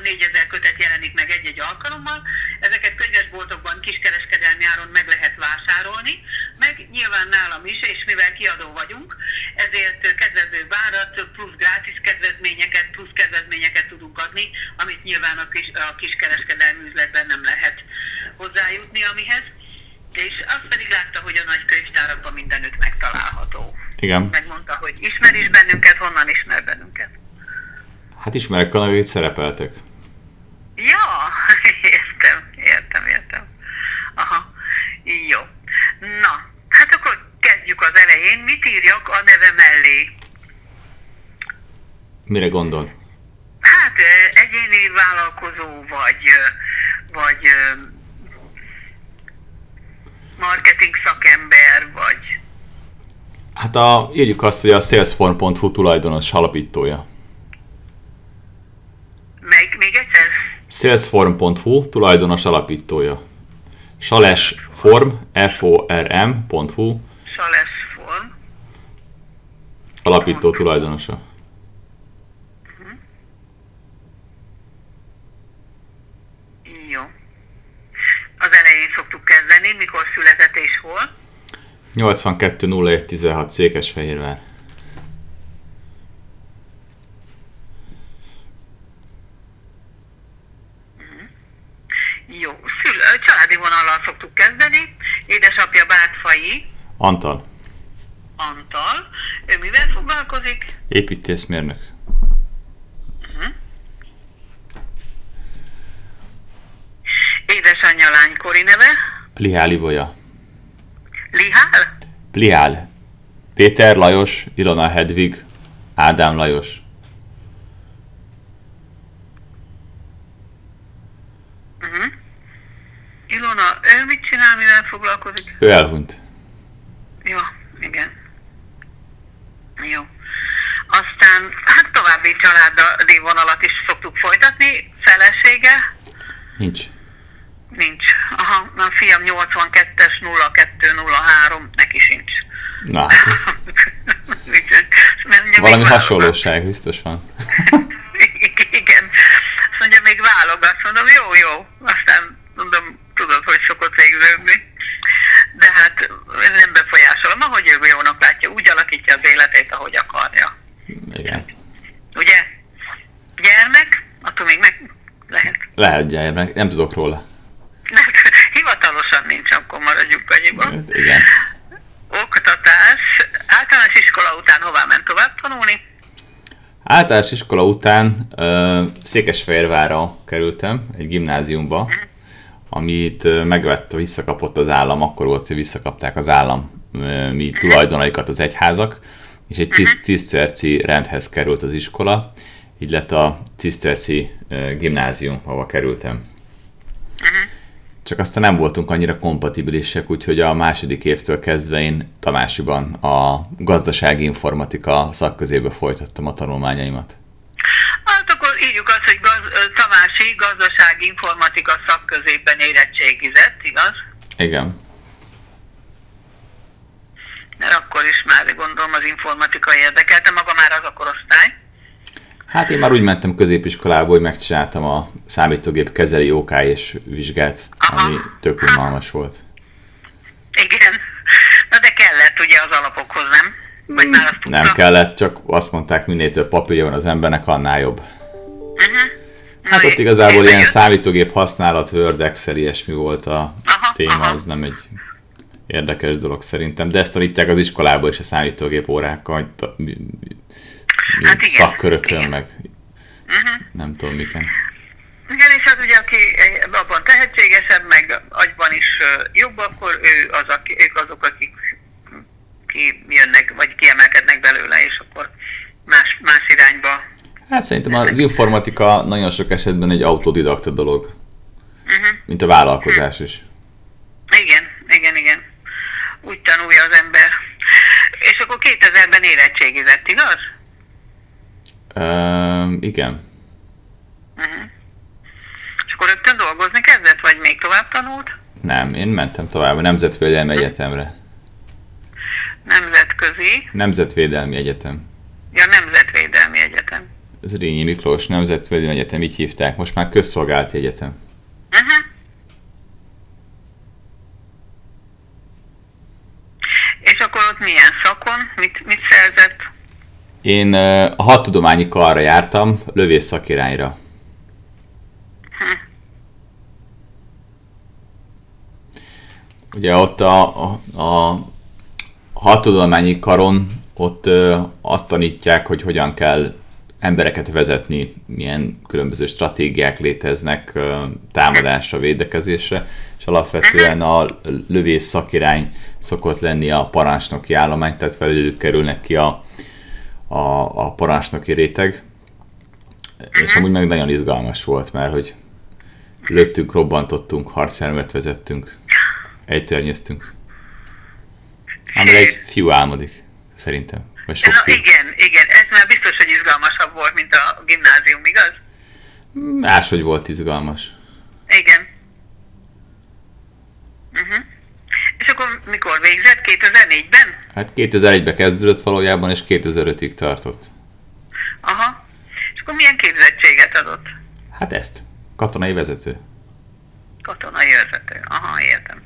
4000 kötet jelenik meg egy-egy alkalommal, ezeket könyvesboltokban kiskereskedelmi áron meg lehet vásárolni, meg nyilván nálam is, és mivel kiadó vagyunk, ezért kedvező árat plusz grátis kedvezményeket tudunk adni, amit nyilván a kiskereskedelmi üzletben nem lehet hozzájutni amihez. És azt pedig látta, hogy a nagy könyvtárakban mindenütt megtalálható. Igen. Megmondta, hogy ismer is bennünket, honnan ismer bennünket. Hát ismerek a itt szerepeltek. Ja, értem. Aha, jó. Na, hát akkor kezdjük az elején. Mit írjak a neve mellé? Mire gondol? Hát egyéni vállalkozó, vagy marketing szakember, vagy... Hát írjuk azt, hogy a salesform.hu tulajdonos alapítója. Még egyszer? salesform.hu tulajdonos alapítója. Salesform, F-O-R-M.hu Salesform. alapító tulajdonosa. Jó. Az elején szoktuk kezdeni, mikor született és hol? 82.01.16 Székesfehérvár. Jó. Családi vonallal szoktuk kezdeni. Édesapja Bártfai Antal. Antal. Ő mivel foglalkozik? Építészmérnök. Édesanyja lánykori neve? Plihál Ibolya. Lihál? Plihál. Péter Lajos, Ilona Hedvig, Ádám Lajos. Ilona, ő mit csinál, mivel foglalkozik? Ő elhunyt. Jó, igen. Jó. Aztán, hát további családi vonalat is szoktuk folytatni. Felesége? Nincs. Nincs. Aha, a fiam 82-es 0203, neki sincs. Na, hát ez valami hasonlóság biztos van. Igen. Azt mondja, még válogat. Mondom, jó. Aztán mondom, tudod, hogy szokott végződni. De hát nem befolyásolom, ahogy ő jónak látja, úgy alakítja az életét, ahogy akarja. Igen. Ugye? Gyermek? Attól még meg lehet. Lehet gyermek, nem tudok róla. Hivatalosan nincs, akkor maradjunk annyiban. Igen. Oktatás. Általános iskola után hová ment tovább tanulni? Általános iskola után Székesfehérvárra kerültem, egy gimnáziumba, amit megvett, visszakapott az állam, akkor volt, hogy visszakapták az állami tulajdonaikat az egyházak, és egy ciszterci rendhez került az iskola, így lett a ciszterci gimnázium, ahova kerültem. Csak aztán nem voltunk annyira kompatibilisek, úgyhogy a második évtől kezdve én Tamásiban a gazdasági informatika szakközébe folytattam a tanulmányaimat. Hát akkor írjuk azt, hogy Tamási gazdasági informatika szakközében érettségizett, igaz? Igen. Mert akkor is már gondolom az informatika érdekelte, maga már az a korosztály. Hát én már úgy mentem középiskolába, hogy megcsináltam a számítógép kezeli OK és vizsgát, ami tök unalmas volt. Igen. Na de kellett ugye az alapokhoz, nem? Vagy már azt tudta? Nem kellett, csak azt mondták, minél több papírja van az embernek, annál jobb. Hát ott igazából ilyen számítógép használat, Word, Excel, ilyesmi volt a téma, az nem egy érdekes dolog szerintem, de ezt tanítják az iskolában is a számítógép órákkal, hát igen, szakkörökön, igen. meg nem tudom miken. Igen, és az ugye, aki abban tehetségesebb, meg agyban is jobb, akkor ők azok, akik kijönnek, vagy kiemelkednek belőle, és akkor más irányba. Hát szerintem az informatika nagyon sok esetben egy autodidakta dolog, mint a vállalkozás is. Igen. Úgy tanulja az ember. És akkor 2000-ben érettségizett, igaz? Igen. És akkor rögtön dolgozni kezdett, vagy még tovább tanult? Nem, én mentem tovább a Nemzetvédelmi Egyetemre. Nemzetközi? Nemzetvédelmi Egyetem. Ja, Nemzetvédelmi Egyetem. Zrínyi Miklós Nemzetközi Egyetem, így hívták, most már Közszolgálati Egyetem. És akkor ott milyen szakon? Mit szerzett? Én a hadtudományi karra jártam, lövész szakirányra. Ugye ott a hadtudományi karon ott azt tanítják, hogy hogyan kell embereket vezetni, milyen különböző stratégiák léteznek támadásra, védekezésre, és alapvetően a lövész szakirány szokott lenni a parancsnoki állomány, tehát felülük kerülnek ki a parancsnoki réteg. És amúgy meg nagyon izgalmas volt, mert hogy lőttünk, robbantottunk, harcjárművet vezettünk, ejtőernyőztünk. Amire egy fiú álmodik, szerintem. Vagy sok fiú. Igen, ez már biztos, hogy izgalmasabb volt, mint a gimnázium, igaz? Máshogy volt izgalmas. Igen. És akkor mikor végzett? 2004-ben? Hát 2001-ben kezdődött valójában, és 2005-ig tartott. Aha. És akkor milyen képzettséget adott? Hát ezt. Katonai vezető. Katonai vezető. Aha, értem.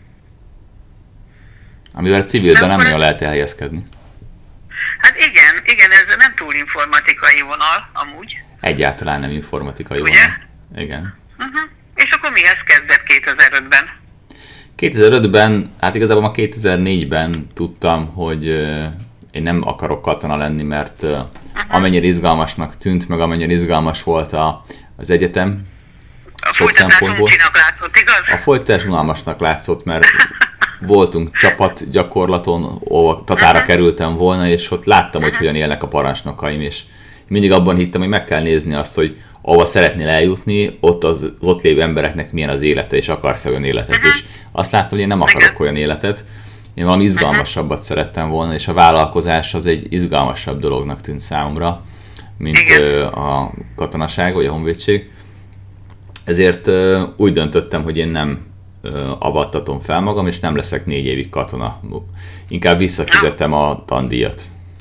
Amivel civilben nem nagyon lehet elhelyezkedni. Hát igen, ez nem túl informatikai vonal, amúgy. Egyáltalán nem informatikai ugye? vonal. Igen. És akkor mihez kezdett 2005-ben? 2005-ben, hát igazából már 2004-ben tudtam, hogy én nem akarok katona lenni, mert amennyire izgalmasnak tűnt, meg amennyire izgalmas volt az egyetem, a folytatás uncinak látszott, igaz? A folytatás unalmasnak látszott, mert voltunk csapatgyakorlaton, ahol Tatára kerültem volna, és ott láttam, hogy hogyan élnek a parancsnokaim, és mindig abban hittem, hogy meg kell nézni azt, hogy ahova szeretnél eljutni, ott az ott lévő embereknek milyen az élete, és akarsz olyan életet. És azt láttam, hogy én nem akarok olyan életet, én valami izgalmasabbat szerettem volna, és a vállalkozás az egy izgalmasabb dolognak tűnt számomra, mint a katonaság, vagy a honvédség. Ezért úgy döntöttem, hogy én nem avattatom fel magam, és nem leszek 4 évig katona. Inkább visszafizetem a tandíjat.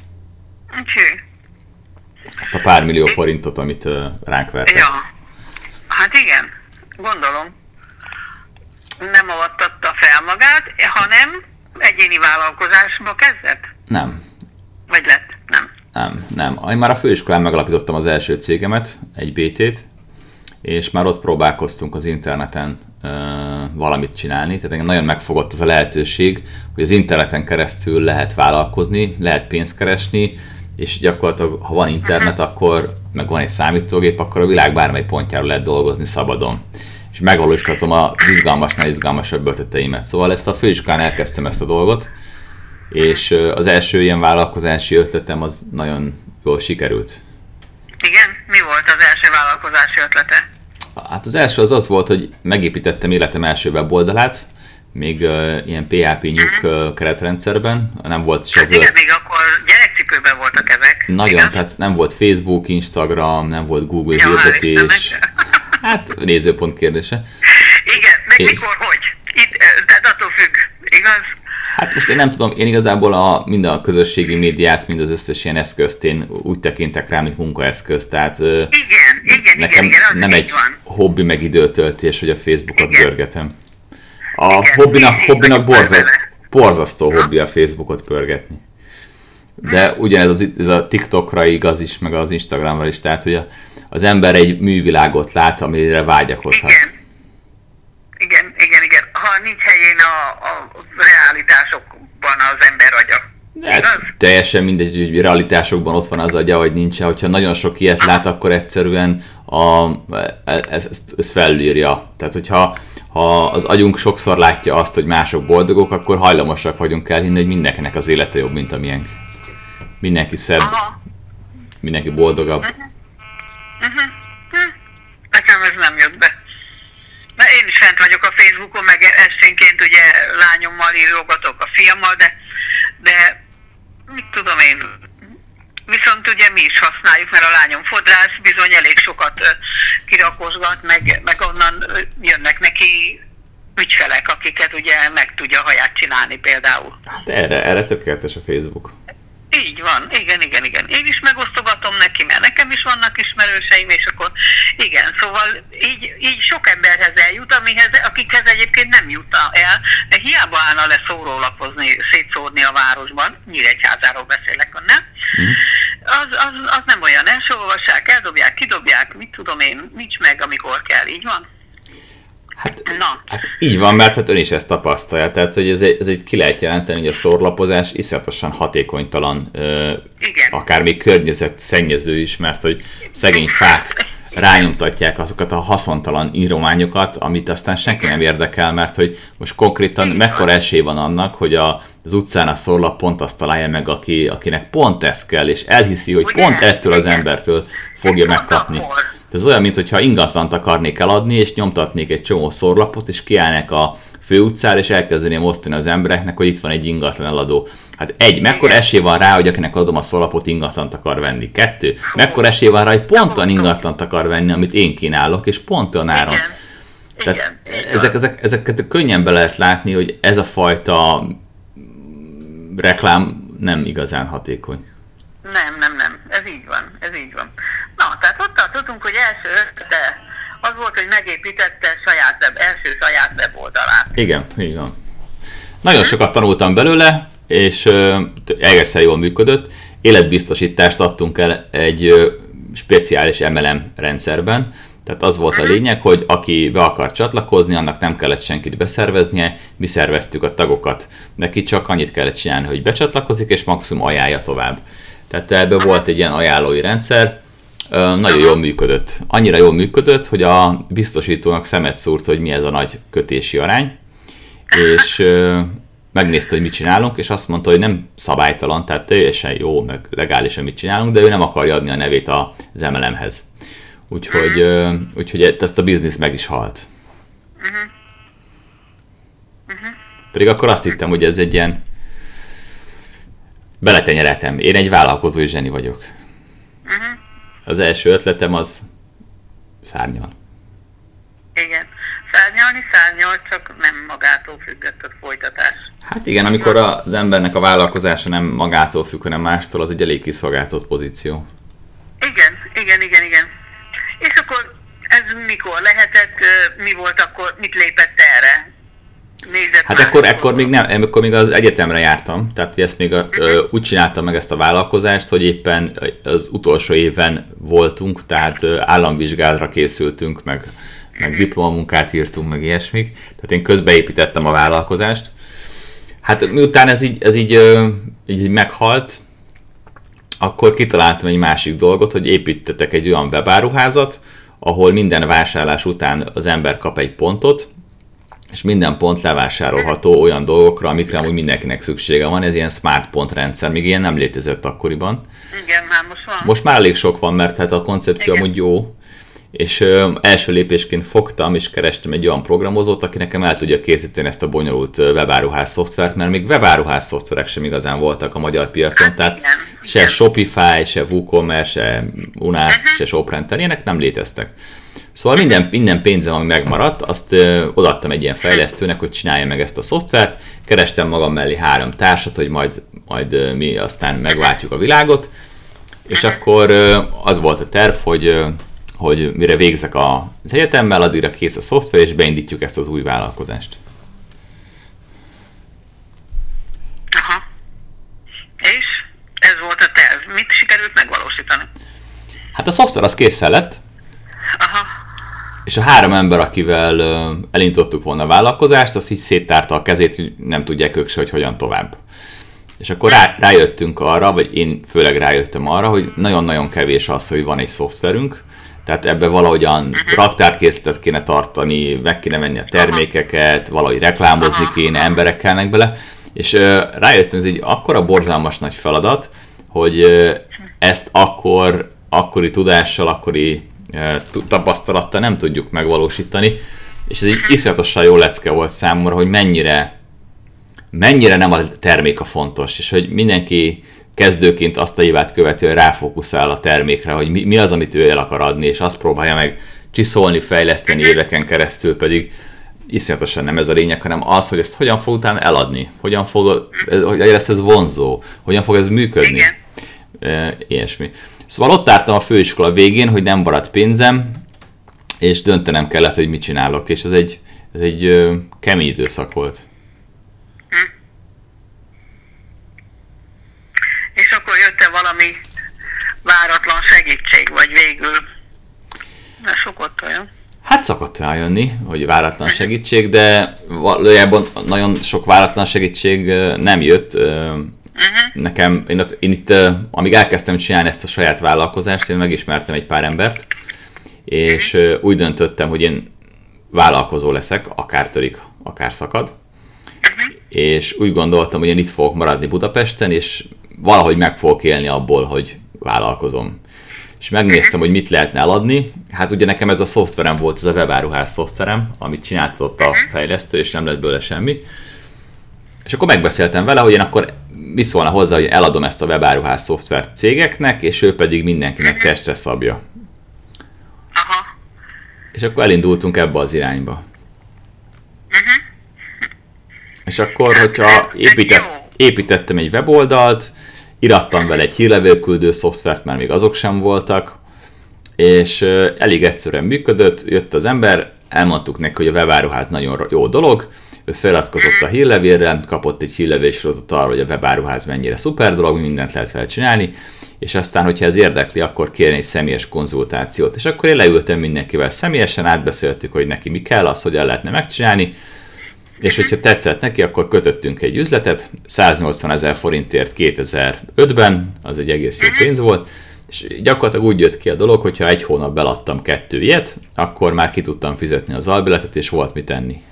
Ezt a pár millió forintot, amit ránk vertek. Ja, hát igen, gondolom. Nem avattatta fel magát, hanem egyéni vállalkozásba kezdett? Nem. Vagy lett? Nem. Én már a főiskolán megalapítottam az első cégemet, egy BT-t, és már ott próbálkoztunk az interneten valamit csinálni. Tehát engem nagyon megfogott az a lehetőség, hogy az interneten keresztül lehet vállalkozni, lehet pénzt keresni, és gyakorlatilag, ha van internet, akkor meg van egy számítógép, akkor a világ bármely pontjáról lehet dolgozni szabadon. És megvalósíthatom az izgalmasnál izgalmasabb ötleteimet. Szóval ezt a főiskolán elkezdtem ezt a dolgot, és az első ilyen vállalkozási ötletem az nagyon jól sikerült. Igen? Mi volt az első vállalkozási ötlete? Hát az első az volt, hogy megépítettem életem első weboldalát, még ilyen PHP nyug keretrendszerben, nem volt se... Hát igen, még akkor gyerekcipőben voltak ezek. Nagyon, igen? Tehát nem volt Facebook, Instagram, nem volt Google hirdetés. Hát nézőpont kérdése. Igen, meg mikor, hogy? Tehát attól függ, igaz? Hát most én nem tudom, én igazából mind a közösségi médiát, mind az összes ilyen eszközt én úgy tekintek rá, mint munkaeszköz, tehát nekem nem egy hobbi meg időtöltés, hogy a Facebookot görgetem. A hobbinak borzasztó hobbi a Facebookot pörgetni. De ugyanez ez a TikTokra igaz is, meg az Instagramra is, tehát hogy az ember egy művilágot lát, amire vágyakozhat. Igen. Ha nincs helyén a realitásokban az ember agya. Hát, teljesen mindegy, hogy realitásokban ott van az agya, vagy nincs. Hogyha nagyon sok ilyet lát, akkor egyszerűen ez felülírja. Tehát, hogyha az agyunk sokszor látja azt, hogy mások boldogok, akkor hajlamosak vagyunk elhinni, hogy mindenkinek az élete jobb, mint a miénk. Mindenki szebb, mindenki boldogabb. Nekem ez nem jött be. Na, én is fent vagyok a Facebookon, meg esténként ugye lányommal írogatok a fiammal, de mit tudom én, viszont ugye mi is használjuk, mert a lányom fodrász, bizony elég sokat kirakosgat, meg onnan jönnek neki ügyfelek, akiket ugye meg tudja a haját csinálni például. Hát erre tökéletes a Facebook. Így van, igen. Én is megosztogatom neki, mert nekem is vannak ismerőseim, és akkor igen, szóval így sok emberhez eljut, akikhez egyébként nem jut el, de hiába állna le szórólapozni, szétszórni a városban, Nyíregyházáról beszélek, nem? Az nem olyan, elsolvassák, eldobják, kidobják, mit tudom én, nincs meg, amikor kell, így van? Hát így van, mert hát ön is ezt tapasztalja, tehát hogy ez egy ki lehet jelenteni, hogy a szórlapozás iszonyatosan hatékonytalan, akár még környezetszennyező is, mert hogy szegény fák rányomtatják azokat a haszontalan írományokat, amit aztán senki nem érdekel, mert hogy most konkrétan mekkora esély van annak, hogy az utcán a szórlap pont azt találja meg, akinek pont ez kell, és elhiszi, hogy pont ettől az embertől fogja megkapni. Ez olyan, mintha ingatlant akarnék eladni, és nyomtatnék egy csomó szórlapot, és kiállnék a főutcára, és elkezdeném osztani az embereknek, hogy itt van egy ingatlan eladó. Hát mekkora esély van rá, hogy akinek adom a szórlapot, ingatlant akar venni? 2. Mekkora esély van rá, hogy pont olyan ingatlant akar venni, amit én kínálok, és pont olyan áron. Tehát ezeket könnyen be lehet látni, hogy ez a fajta reklám nem igazán hatékony. Nem. Ez így van. Na, tehát ott tartottunk, hogy első ötlete az volt, hogy megépítette első saját weboldalát. Igen, így van. Nagyon sokat tanultam belőle, és egészen jól működött. Életbiztosítást adtunk el egy speciális MLM rendszerben. Tehát az volt a lényeg, hogy aki be akar csatlakozni, annak nem kellett senkit beszerveznie, mi szerveztük a tagokat. Neki csak annyit kellett csinálni, hogy becsatlakozik, és maximum ajánlja tovább. Tehát ebben volt egy ilyen ajánlói rendszer, nagyon jól működött. Annyira jól működött, hogy a biztosítónak szemet szúrt, hogy mi ez a nagy kötési arány, és megnézte, hogy mit csinálunk, és azt mondta, hogy nem szabálytalan, tehát teljesen jó, meg legálisan mit csinálunk, de ő nem akarja adni a nevét az MLM-hez. Úgyhogy ezt a biznisz meg is halt. Pedig akkor azt hittem, hogy ez egy ilyen beletenyereltem. Én egy vállalkozói zseni vagyok. Az első ötletem az szárnyal. Igen. Szárnyal, csak nem magától függött a folytatás. Hát igen, amikor az embernek a vállalkozása nem magától függ, hanem mástól, az egy elég kiszolgáltatott pozíció. Igen. És akkor ez mikor lehetett, mi volt akkor, mit lépett erre? Hát akkor még az egyetemre jártam, tehát ezt még úgy csináltam meg ezt a vállalkozást, hogy éppen az utolsó éven voltunk, tehát államvizsgálatra készültünk, meg diplomamunkát írtunk, meg ilyesmik. Tehát én közbeépítettem a vállalkozást. Hát miután ez így meghalt, akkor kitaláltam egy másik dolgot, hogy építettek egy olyan webáruházat, ahol minden vásárlás után az ember kap egy pontot, és minden pont levásárolható olyan dolgokra, amikre amúgy mindenkinek szüksége van. Ez ilyen smart pont rendszer, még ilyen nem létezett akkoriban. Igen, már most van. Most már elég sok van, mert hát a koncepció amúgy jó. És első lépésként fogtam, és kerestem egy olyan programozót, aki nekem el tudja készíteni ezt a bonyolult webáruház szoftvert, mert még webáruház szoftverek sem igazán voltak a magyar piacon, tehát se Shopify, se WooCommerce, se Unász, se ShopRenter, ilyenek nem léteztek. Szóval minden pénzem, ami megmaradt, azt odaadtam egy ilyen fejlesztőnek, hogy csinálja meg ezt a szoftvert, kerestem magam mellé 3 társat, hogy majd mi aztán megváltjuk a világot, és akkor az volt a terv, hogy mire végzek az egyetemmel, addigra kész a szoftver, és beindítjuk ezt az új vállalkozást. Aha. És ez volt a terv. Mit sikerült megvalósítani? Hát a szoftver az készen lett. Aha. És a 3 ember, akivel elindítottuk volna a vállalkozást, azt így széttárta a kezét, hogy nem tudják ők se, hogy hogyan tovább. És akkor rájöttünk arra, vagy én főleg rájöttem arra, hogy nagyon-nagyon kevés az, hogy van egy szoftverünk, tehát ebbe valahogyan raktárkészletet kéne tartani, meg kéne venni a termékeket, valahogy reklámozni kéne, emberek kellnek bele, és rájöttem, hogy ez egy akkora borzalmas nagy feladat, hogy ezt akkori tudással, akkori tapasztalattal nem tudjuk megvalósítani, és ez egy iszonyatosan jó lecke volt számomra, hogy mennyire nem a termék a fontos, és hogy mindenki kezdőként azt a hibát követő, hogy ráfókuszál a termékre, hogy mi az, amit ő el akar adni, és azt próbálja meg csiszolni, fejleszteni éveken keresztül, pedig iszonyatosan nem ez a lényeg, hanem az, hogy ezt hogyan fog utána eladni, hogy lesz ez vonzó, hogyan fog ez működni, ilyesmi. Szóval ott álltam a főiskola végén, hogy nem maradt pénzem, és döntenem kellett, hogy mit csinálok, és ez egy kemény időszak volt. És akkor jött-e valami váratlan segítség, vagy végül? Na, szokott olyan. Hát szokott eljönni, hogy váratlan segítség, de valójában nagyon sok váratlan segítség nem jött. Nekem, én itt, amíg elkezdtem csinálni ezt a saját vállalkozást, én megismertem egy pár embert, és úgy döntöttem, hogy én vállalkozó leszek, akár törik, akár szakad, és úgy gondoltam, hogy én itt fogok maradni Budapesten, és valahogy meg fogok élni abból, hogy vállalkozom. És megnéztem, hogy mit lehetne eladni. Hát ugye nekem ez a szoftverem volt, ez a webáruház szoftverem, amit csináltatott a fejlesztő, és nem lett belőle semmi. És akkor megbeszéltem vele, hogy én akkor mi szólna hozzá, hogy eladom ezt a webáruház szoftvert cégeknek, és ő pedig mindenkinek testre szabja. Aha. És akkor elindultunk ebbe az irányba. És akkor, hogyha építettem egy weboldalt, irattam vele egy hírlevélküldő szoftvert, mert még azok sem voltak, és elég egyszerűen működött, jött az ember, elmondtuk neki, hogy a webáruház nagyon jó dolog, ő feliratkozott a hírlevélre, kapott egy hírlevélsorozatot arra, hogy a webáruház mennyire szuper dolog, mindent lehet vele csinálni, és aztán, hogyha ez érdekli, akkor kérni egy személyes konzultációt. És akkor én leültem mindenkivel személyesen, átbeszéltük, hogy neki mi kell, az hogyan lehetne megcsinálni, és hogyha tetszett neki, akkor kötöttünk egy üzletet, 180 000 forintért 2005-ben, az egy egész jó pénz volt, és gyakorlatilag úgy jött ki a dolog, hogyha egy hónap beladtam 2 ilyet, akkor már ki tudtam fizetni az albilletet, és volt mit tenni.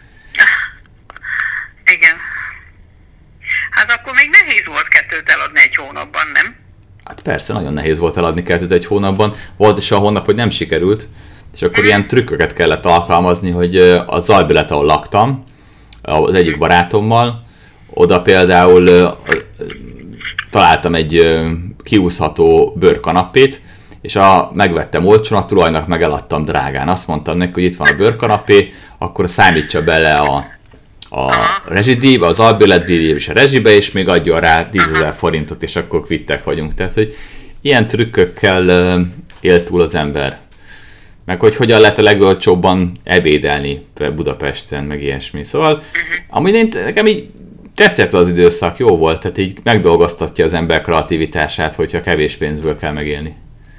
Igen. Hát akkor még nehéz volt 2-t eladni egy hónapban, nem? Hát persze, nagyon nehéz volt eladni 2-t egy hónapban. Volt is a hónap, hogy nem sikerült, és akkor ilyen trükköket kellett alkalmazni, hogy a Zalbillet, ahol laktam, az egyik barátommal, oda például találtam egy kiúszható bőrkanapét, és megvettem olcsón, a tulajnak meg eladtam drágán. Azt mondtam neki, hogy itt van a bőrkanapé, akkor számítsa bele a rezsidíjba, az albérletdíjba és a rezsibe, és még adjon rá 10 000 forintot, és akkor kvittek vagyunk. Tehát, hogy ilyen trükkökkel él túl az ember. Meg hogy hogyan lehet a legolcsóbban ebédelni Budapesten, meg ilyesmi. Szóval, amúgy nekem így tetszett az időszak, jó volt, tehát így megdolgoztatja az ember kreativitását, hogyha kevés pénzből kell megélni.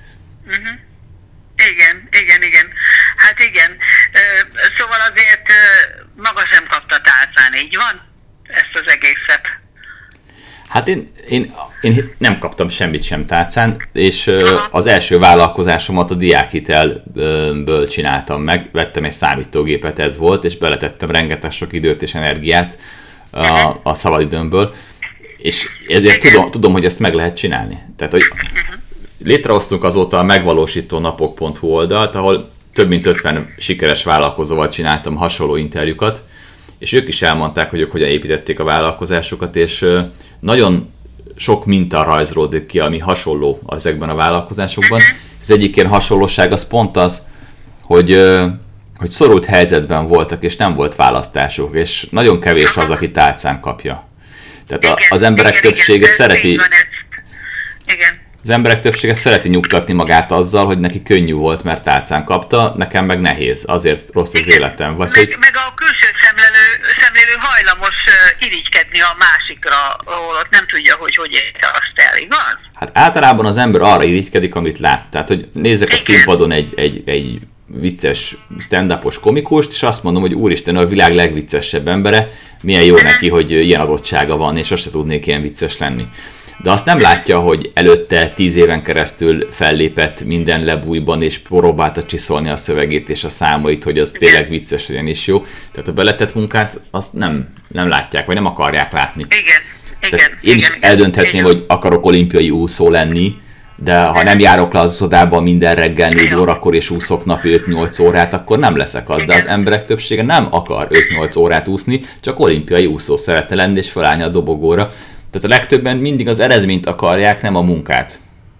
Igen. Hát igen. Szóval azért maga sem kapta tálcán, így van? Ezt az egészet. Hát én nem kaptam semmit sem tálcán, és az első vállalkozásomat a diákhitelből csináltam meg, vettem egy számítógépet, ez volt, és beletettem rengeteg sok időt és energiát a szabadidőmből, és ezért tudom, hogy ezt meg lehet csinálni. Tehát, hogy létrehoztunk azóta a megvalósítónapok.hu oldalt, ahol több mint 50 sikeres vállalkozóval csináltam hasonló interjúkat, és ők is elmondták, hogy ők hogyan építették a vállalkozásukat, és nagyon sok minta rajzolódik ki, ami hasonló ezekben a vállalkozásokban. Az egyik ilyen hasonlóság az pont az, hogy szorult helyzetben voltak, és nem volt választásuk, és nagyon kevés az, aki tálcán kapja. Tehát az emberek többsége szereti... Az emberek többsége szereti nyugtatni magát azzal, hogy neki könnyű volt, mert tálcán kapta, nekem meg nehéz, azért rossz az életem. Vagy meg a külső szemlélő hajlamos irigykedni a másikra, ahol ott nem tudja, hogy érte azt el, igaz? Hát általában az ember arra irigykedik, amit lát. Tehát, hogy nézzek a színpadon egy vicces stand-upos komikust, és azt mondom, hogy úristen, a világ legviccesebb embere, milyen jó neki, hogy ilyen adottsága van, és sose tudnék ilyen vicces lenni. De azt nem látja, hogy előtte 10 éven keresztül fellépett minden lebújban, és próbálta csiszolni a szövegét és a számait, hogy az tényleg vicces legyen és jó. Tehát a beletett munkát azt nem látják, vagy nem akarják látni. Igen. Én is eldönthetném, hogy akarok olimpiai úszó lenni, de ha nem járok le az uszodában minden reggel 4 órakor és úszok napi 5-8 órát, akkor nem leszek az. De az emberek többsége nem akar 5-8 órát úszni, csak olimpiai úszó szeretne lenni és felállni a dobogóra. Tehát a legtöbben mindig az eredményt akarják, nem a munkát.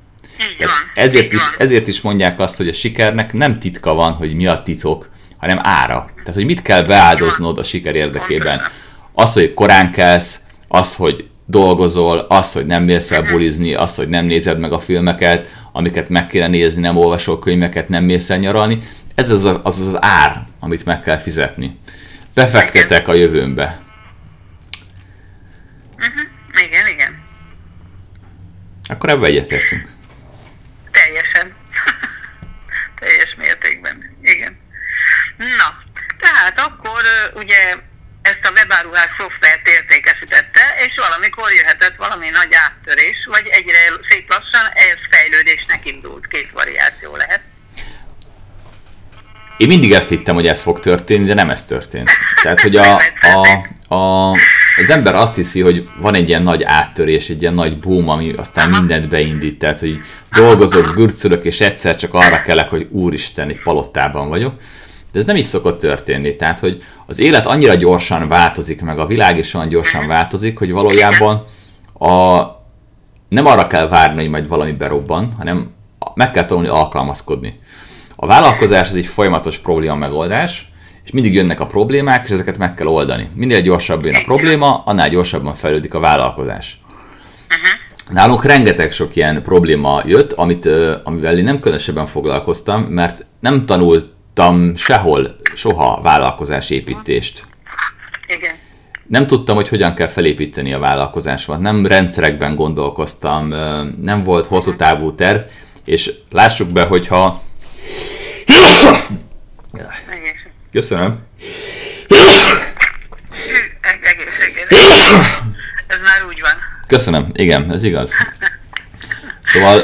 Ezért is mondják azt, hogy a sikernek nem titka van, hogy mi a titok, hanem ára. Tehát, hogy mit kell beáldoznod a siker érdekében. Az, hogy korán kelsz, az, hogy dolgozol, az, hogy nem mész el bulizni, az, hogy nem nézed meg a filmeket, amiket meg kéne nézni, nem olvasol könyveket, nem mész el nyaralni. Ez az ár, amit meg kell fizetni. Befektetek a jövőmbe. Igen. Akkor ebben egyetértünk. Teljesen. Teljes mértékben. Igen. Na, tehát akkor ugye ezt a webáruhás szoftvert értékesítette, és valamikor jöhetett valami nagy áttörés, vagy egyre szép lassan ez fejlődésnek indult. Két variáció lehet. Én mindig ezt hittem, hogy ez fog történni, de nem ez történt. Tehát, hogy az ember azt hiszi, hogy van egy ilyen nagy áttörés, egy ilyen nagy boom, ami aztán mindent beindít. Tehát, hogy dolgozok, gürcölök, és egyszer csak arra kelek, hogy úristen, egy palottában vagyok. De ez nem így szokott történni. Tehát, hogy az élet annyira gyorsan változik, meg a világ is olyan gyorsan változik, hogy valójában nem arra kell várni, hogy majd valami berobban, hanem meg kell tanulni alkalmazkodni. A vállalkozás az egy folyamatos probléma megoldás, és mindig jönnek a problémák, és ezeket meg kell oldani. Minél gyorsabban jön a probléma, annál gyorsabban fejlődik a vállalkozás. Nálunk rengeteg sok ilyen probléma jött, amivel én nem különösebben foglalkoztam, mert nem tanultam sehol, soha vállalkozásépítést. Igen. Nem tudtam, hogy hogyan kell felépíteni a vállalkozásomat, nem rendszerekben gondolkoztam, nem volt hosszú távú terv, és lássuk be, hogyha... Köszönöm. Ez már úgy van. Köszönöm, igen, ez igaz. Szóval,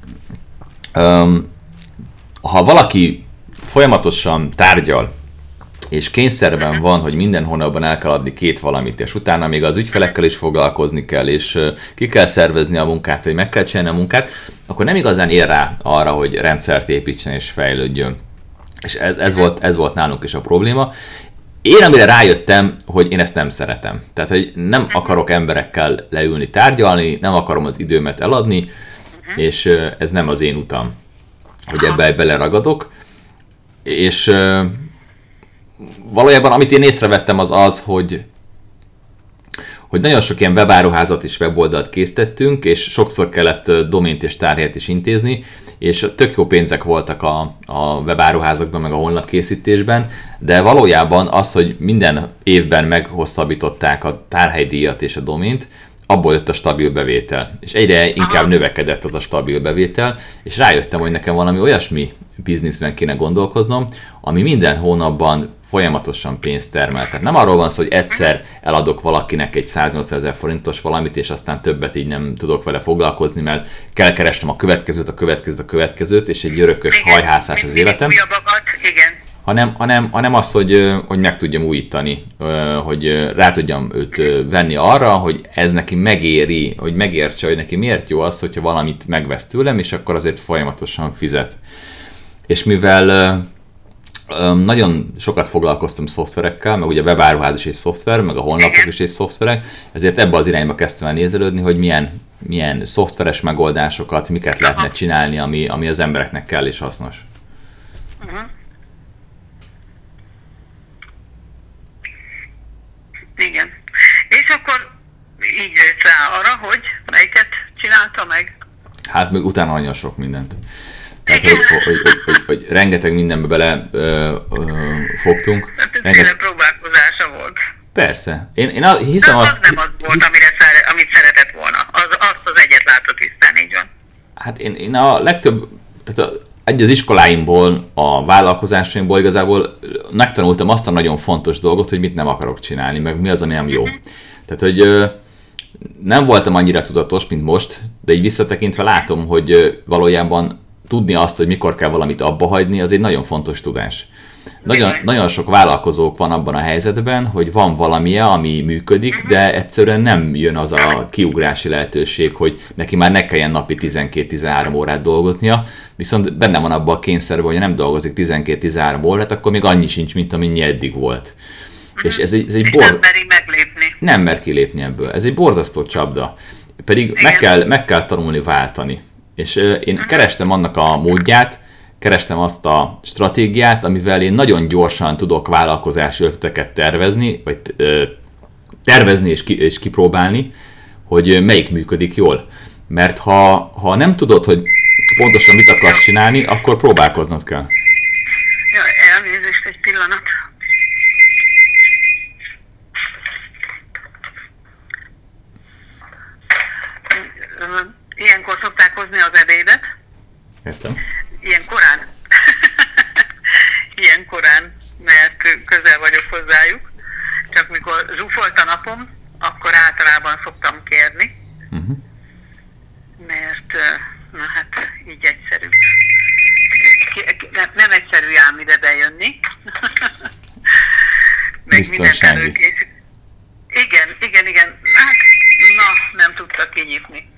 ha valaki folyamatosan tárgyal, és kényszerben van, hogy minden hónapban el kell adni 2 valamit, és utána még az ügyfelekkel is foglalkozni kell, és ki kell szervezni a munkát, vagy meg kell csinálni a munkát, akkor nem igazán ér rá arra, hogy rendszert építsen és fejlődjön. És ez volt nálunk is a probléma. Én amire rájöttem, hogy én ezt nem szeretem. Tehát, hogy nem akarok emberekkel leülni, tárgyalni, nem akarom az időmet eladni, és ez nem az én utam, hogy ebbe beleragadok. És valójában, amit én észrevettem, az, hogy nagyon sok ilyen webáruházat és weboldalt készítettünk, és sokszor kellett domént és tárhelyet is intézni, és tök jó pénzek voltak a webáruházakban, meg a honlapkészítésben, de valójában az, hogy minden évben meghosszabbították a tárhelydíjat és a domént, abból jött a stabil bevétel. És egyre inkább növekedett az a stabil bevétel, és rájöttem, hogy nekem valami olyasmi bizniszben kéne gondolkoznom, ami minden hónapban folyamatosan pénzt termel. Tehát nem arról van szó, hogy egyszer eladok valakinek egy 180 000 forintos valamit, és aztán többet így nem tudok vele foglalkozni, mert kell keresnem a következőt, és egy örökös hajhászás az életem. Hanem az, hogy meg tudjam újítani, hogy rá tudjam őt venni arra, hogy ez neki megéri, hogy megértse, hogy neki miért jó az, hogyha valamit megvesz tőlem, és akkor azért folyamatosan fizet. És mivel nagyon sokat foglalkoztam szoftverekkel, meg ugye a webáruház is egy szoftver, meg a honlapok is egy szoftverek, ezért ebbe az irányba kezdtem el nézelődni, hogy milyen szoftveres megoldásokat, miket lehetne csinálni, ami az embereknek kell és hasznos. Igen. És akkor így jött rá arra, hogy melyiket csinálta meg? Hát még utána nagyon sok mindent. Tehát, hogy rengeteg mindenbe bele fogtunk. Rengeteg próbálkozása volt. Persze. Én hiszem az nem az volt, amit szeretett volna. Azt az egyet látott tisztán, így van. Hát én a legtöbb, tehát az iskoláimból, a vállalkozásaimból igazából megtanultam azt a nagyon fontos dolgot, hogy mit nem akarok csinálni, meg mi az, ami nem jó. Tehát, hogy nem voltam annyira tudatos, mint most, de így visszatekintve látom, hogy valójában tudni azt, hogy mikor kell valamit abba hagyni, az egy nagyon fontos tudás. Nagyon sok vállalkozók van abban a helyzetben, hogy van valamije, ami működik, de egyszerűen nem jön az a kiugrási lehetőség, hogy neki már ne kelljen napi 12-13 órát dolgoznia, viszont benne van abban a kényszerben, hogy nem dolgozik 12-13 órát, akkor még annyi sincs, mint amennyi eddig volt. És ez egy nem meri meglépni. Nem mer kilépni ebből. Ez egy borzasztó csapda. Pedig meg kell tanulni váltani. És én kerestem annak a módját, kerestem azt a stratégiát, amivel én nagyon gyorsan tudok vállalkozási ötleteket tervezni, vagy tervezni és kipróbálni, hogy melyik működik jól. Mert ha nem tudod, hogy pontosan mit akarsz csinálni, akkor próbálkoznod kell. Jaj, elnézést, egy pillanat. Ilyenkor szokták hozni az ebédet. Értem. Ilyen korán. Ilyen korán, mert közel vagyok hozzájuk. Csak mikor zsúfolt a napom, akkor általában szoktam kérni. Mert, na hát, így egyszerű. Nem egyszerű ám ide bejönni. Meg mindent előkészít. Igen. Hát, nem tudta kinyitni.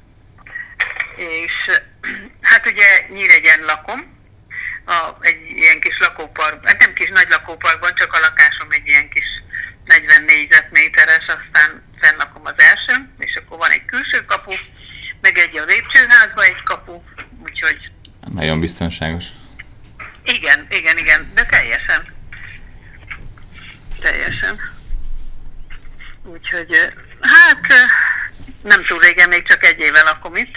És hát ugye Nyíregyen lakom, egy ilyen kis lakópark, hát nem kis nagy lakóparkban, csak a lakásom egy ilyen kis 40 négyzetméteres, aztán fennlakom az elsőn, és akkor van egy külső kapu, meg egy a lépcsőházba egy kapu, úgyhogy... Nagyon biztonságos. Igen, de teljesen. Úgyhogy, hát nem túl régen, még csak 1 éve lakom itt.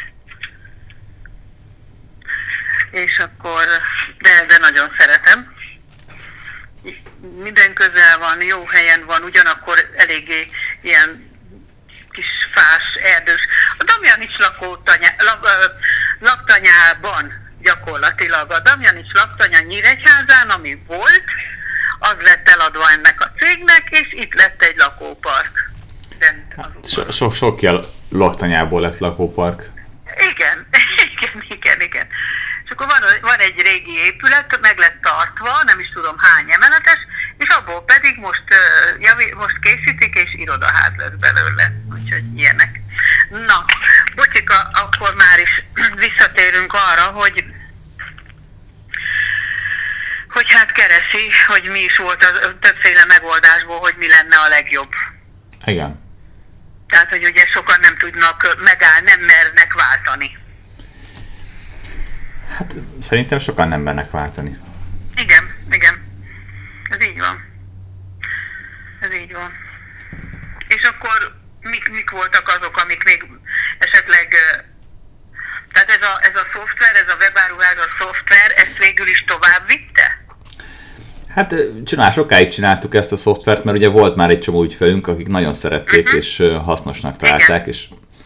És akkor, de nagyon szeretem. Minden közel van, jó helyen van, ugyanakkor eléggé ilyen kis fás, erdős. A Damjanics laktanyában gyakorlatilag, a Damjanics laktanya Nyíregyházán, ami volt, az lett eladva ennek a cégnek, és itt lett egy lakópark. Sok ilyen laktanyából lett lakópark. Igen. És akkor van egy régi épület, meg lett tartva, nem is tudom hány emeletes, és abból pedig most készítik, és irodaház lesz belőle. Úgyhogy ilyenek. Na, bocsika, akkor már is visszatérünk arra, hogy hát keresi, hogy mi is volt a többféle megoldásból, hogy mi lenne a legjobb. Igen. Tehát, hogy ugye sokan nem tudnak megállni, nem mernek váltani. Hát szerintem sokan nem mernek váltani. Igen. Ez így van. És akkor mik voltak azok, amik még esetleg... Tehát ez a szoftver, ez a webáruházas szoftver, ezt végül is tovább vitte? Hát sokáig csináltuk ezt a szoftvert, mert ugye volt már egy csomó ügyfelünk, akik nagyon szerették és hasznosnak találták, és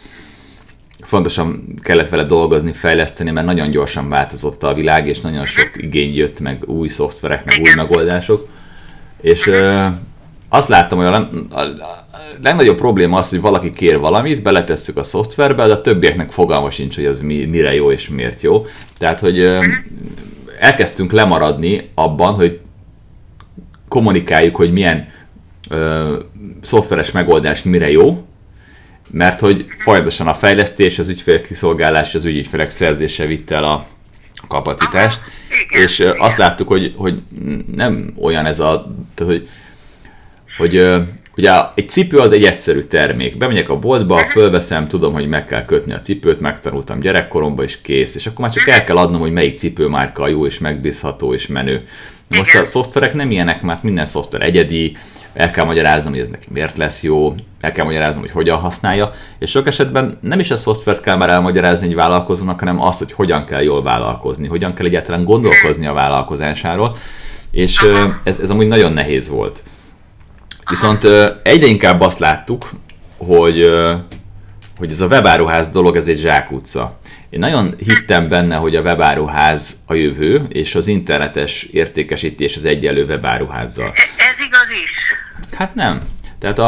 fontosan kellett vele dolgozni, fejleszteni, mert nagyon gyorsan változott a világ, és nagyon sok igény jött, meg új szoftverek, meg új megoldások. És azt láttam, hogy a legnagyobb probléma az, hogy valaki kér valamit, beletesszük a szoftverbe, de a többieknek fogalma sincs, hogy az mire jó és miért jó. Tehát, hogy elkezdtünk lemaradni abban, hogy kommunikáljuk, hogy milyen szoftveres megoldás mire jó, mert hogy folyamatosan a fejlesztés, az ügyfélkiszolgálás, az ügyfelek szerzése vitte el a kapacitást, és azt láttuk, hogy nem olyan ez a... Tehát, hogy ugye egy cipő az egy egyszerű termék. Bemegyek a boltba, fölveszem, tudom, hogy meg kell kötni a cipőt, megtanultam gyerekkoromban, és kész. És akkor már csak el kell adnom, hogy melyik cipőmárka a jó, és megbízható, és menő. Most a szoftverek nem ilyenek, mert minden szoftver egyedi, el kell magyaráznom, hogy ez neki miért lesz jó, el kell magyaráznom, hogy hogyan használja, és sok esetben nem is a szoftvert kell már elmagyarázni egy vállalkozónak, hanem azt, hogy hogyan kell jól vállalkozni, hogyan kell egyáltalán gondolkozni a vállalkozásáról, és ez amúgy nagyon nehéz volt. Viszont egyre inkább azt láttuk, hogy ez a webáruház dolog, ez egy zsákutca. Én nagyon hittem benne, hogy a webáruház a jövő, és az internetes értékesítés az egyenlő webáruházzal. Ez igaz is? Hát nem. Tehát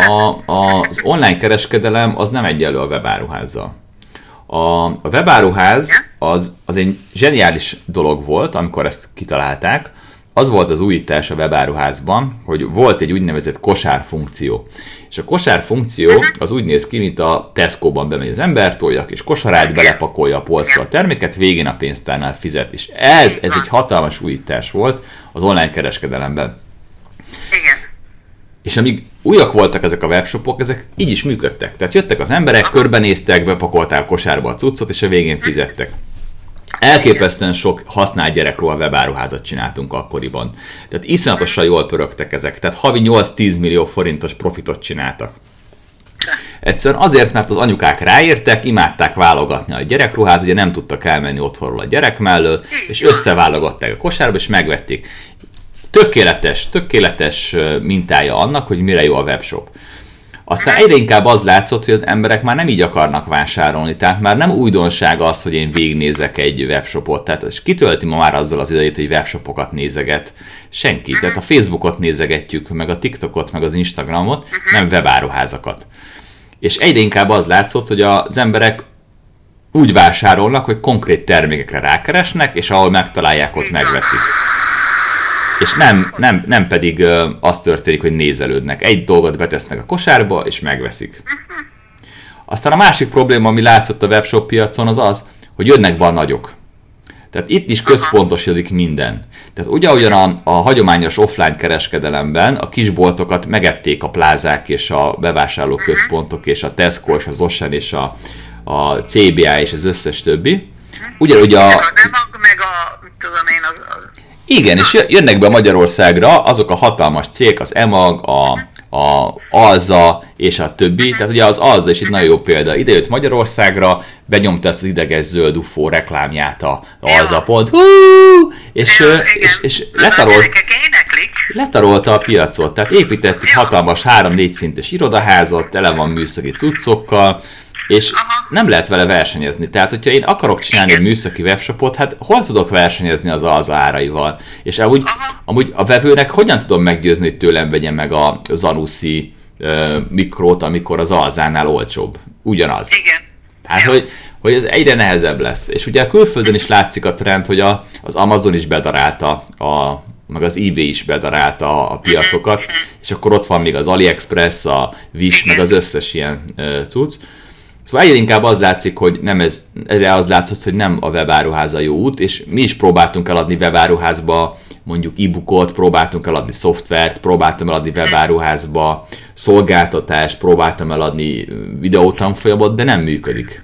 az online kereskedelem az nem egyenlő a webáruházzal. A webáruház az egy zseniális dolog volt, amikor ezt kitalálták. Az volt az újítás a webáruházban, hogy volt egy úgynevezett kosárfunkció. És a kosárfunkció az úgy néz ki, mint a Tesco-ban bemegy az ember, tolja a kis kosarát, belepakolja a polcra a terméket, végén a pénztárnál fizet. És ez egy hatalmas újítás volt az online kereskedelemben. Igen. És amíg újak voltak ezek a webshopok, ezek így is működtek. Tehát jöttek az emberek, körbenéztek, bepakolták a kosárba a cuccot, és a végén fizettek. Elképesztően sok használt gyerekről a webáruházat csináltunk akkoriban. Tehát iszonyatosan jól pörögtek ezek. Tehát havi 8-10 millió forintos profitot csináltak. Egyszerűen azért, mert az anyukák ráértek, imádták válogatni a gyerekruhát, ugye nem tudtak elmenni otthonról a gyerek mellől, és összeválogatták a kosárba, és megvették. Tökéletes mintája annak, hogy mire jó a webshop. Aztán egyre inkább az látszott, hogy az emberek már nem így akarnak vásárolni, tehát már nem újdonság az, hogy én végignézek egy webshopot, tehát és kitölti ma már azzal az idejét, hogy webshopokat nézeget senki. Tehát a Facebookot nézegetjük, meg a TikTokot, meg az Instagramot, nem webáruházakat. És egyre inkább az látszott, hogy az emberek úgy vásárolnak, hogy konkrét termékekre rákeresnek, és ahol megtalálják, ott megveszik. És nem pedig az történik, hogy nézelődnek. Egy dolgot betesznek a kosárba, és megveszik. Aztán a másik probléma, ami látszott a webshop piacon, az az, hogy jönnek be a nagyok. Tehát itt is központosodik minden. Tehát ugyan a hagyományos offline kereskedelemben a kisboltokat megették a plázák és a bevásárlóközpontok és a Tesco és az Auchan és a CBA és az összes többi. Ugyanúgy igen, és jönnek be Magyarországra azok a hatalmas cégek, az EMAG, a Alza és a többi. Tehát ugye az Alza is egy nagyon jó példa. Ide jött Magyarországra, benyomta ezt az ideges zöld UFO reklámját a Alza.hu, és letarolta a piacot. Tehát épített egy hatalmas 3-4 szintes irodaházat, tele van műszaki cuccokkal, és nem lehet vele versenyezni. Tehát, hogyha én akarok csinálni egy műszaki webshopot, hát hol tudok versenyezni az Alza áraival? És amúgy a vevőnek hogyan tudom meggyőzni, hogy tőlem vegye meg a Zanussi mikrót, amikor az Alzánál olcsóbb? Ugyanaz. Igen. Tehát, hogy ez egyre nehezebb lesz. És ugye a külföldön is látszik a trend, hogy az Amazon is bedarálta, meg az eBay is bedarálta a piacokat, és akkor ott van még az AliExpress, a Wish, meg az összes ilyen cucc. Szóval egyre inkább az látszik, hogy erre az látszott, hogy nem a webáruház a jó út, és mi is próbáltunk eladni webáruházba mondjuk e-bookot, próbáltunk eladni szoftvert, próbáltam eladni webáruházba szolgáltatást, próbáltam eladni videótanfolyamot, de nem működik.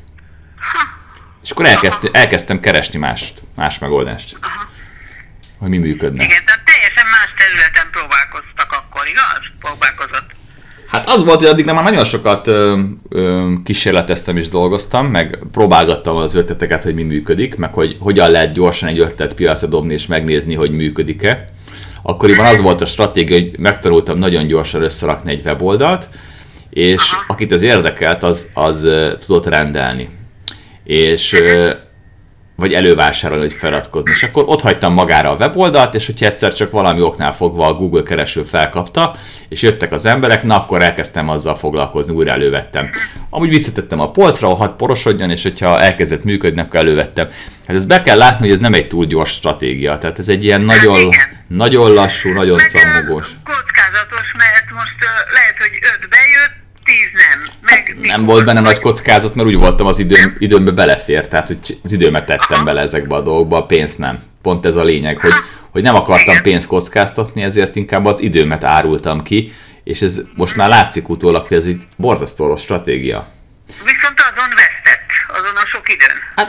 És akkor elkezdtem keresni más megoldást, hogy mi működne. Igen, tehát teljesen más területen próbálkoztak akkor, igaz? Próbálkozott. Hát az volt, hogy addig már nagyon sokat kísérleteztem és dolgoztam, meg próbálgattam az ötleteket, hogy mi működik, meg hogy hogyan lehet gyorsan egy ötletet piacra dobni és megnézni, hogy működik-e. Akkoriban az volt a stratégia, hogy megtanultam nagyon gyorsan összerakni egy weboldalt, és akit ez érdekelt, az tudott rendelni. És vagy elővásárolni, hogy feliratkozni. És akkor ott hagytam magára a weboldalt, és hogyha egyszer csak valami oknál fogva a Google kereső felkapta, és jöttek az emberek, na akkor elkezdtem azzal foglalkozni, újra elővettem. Amúgy visszatettem a polcra, hogy hadd porosodjon, és hogyha elkezdett működni, akkor elővettem. Hát ezt be kell látni, hogy ez nem egy túl gyors stratégia, tehát ez egy ilyen nagyon lassú, nagyon cammogós. Kockázatos, mert most lehet, hogy 5 bejött, 10 nem. Nem volt benne nagy kockázat, mert úgy voltam, az időmbe belefér, tehát hogy az időmet tettem bele ezekbe a dolgokba, a pénzt nem. Pont ez a lényeg, hogy nem akartam pénzt kockáztatni, ezért inkább az időmet árultam ki, és ez most már látszik utólag, hogy ez egy borzasztó rossz stratégia. Viszont azon vesztett, azon a sok időn. Hát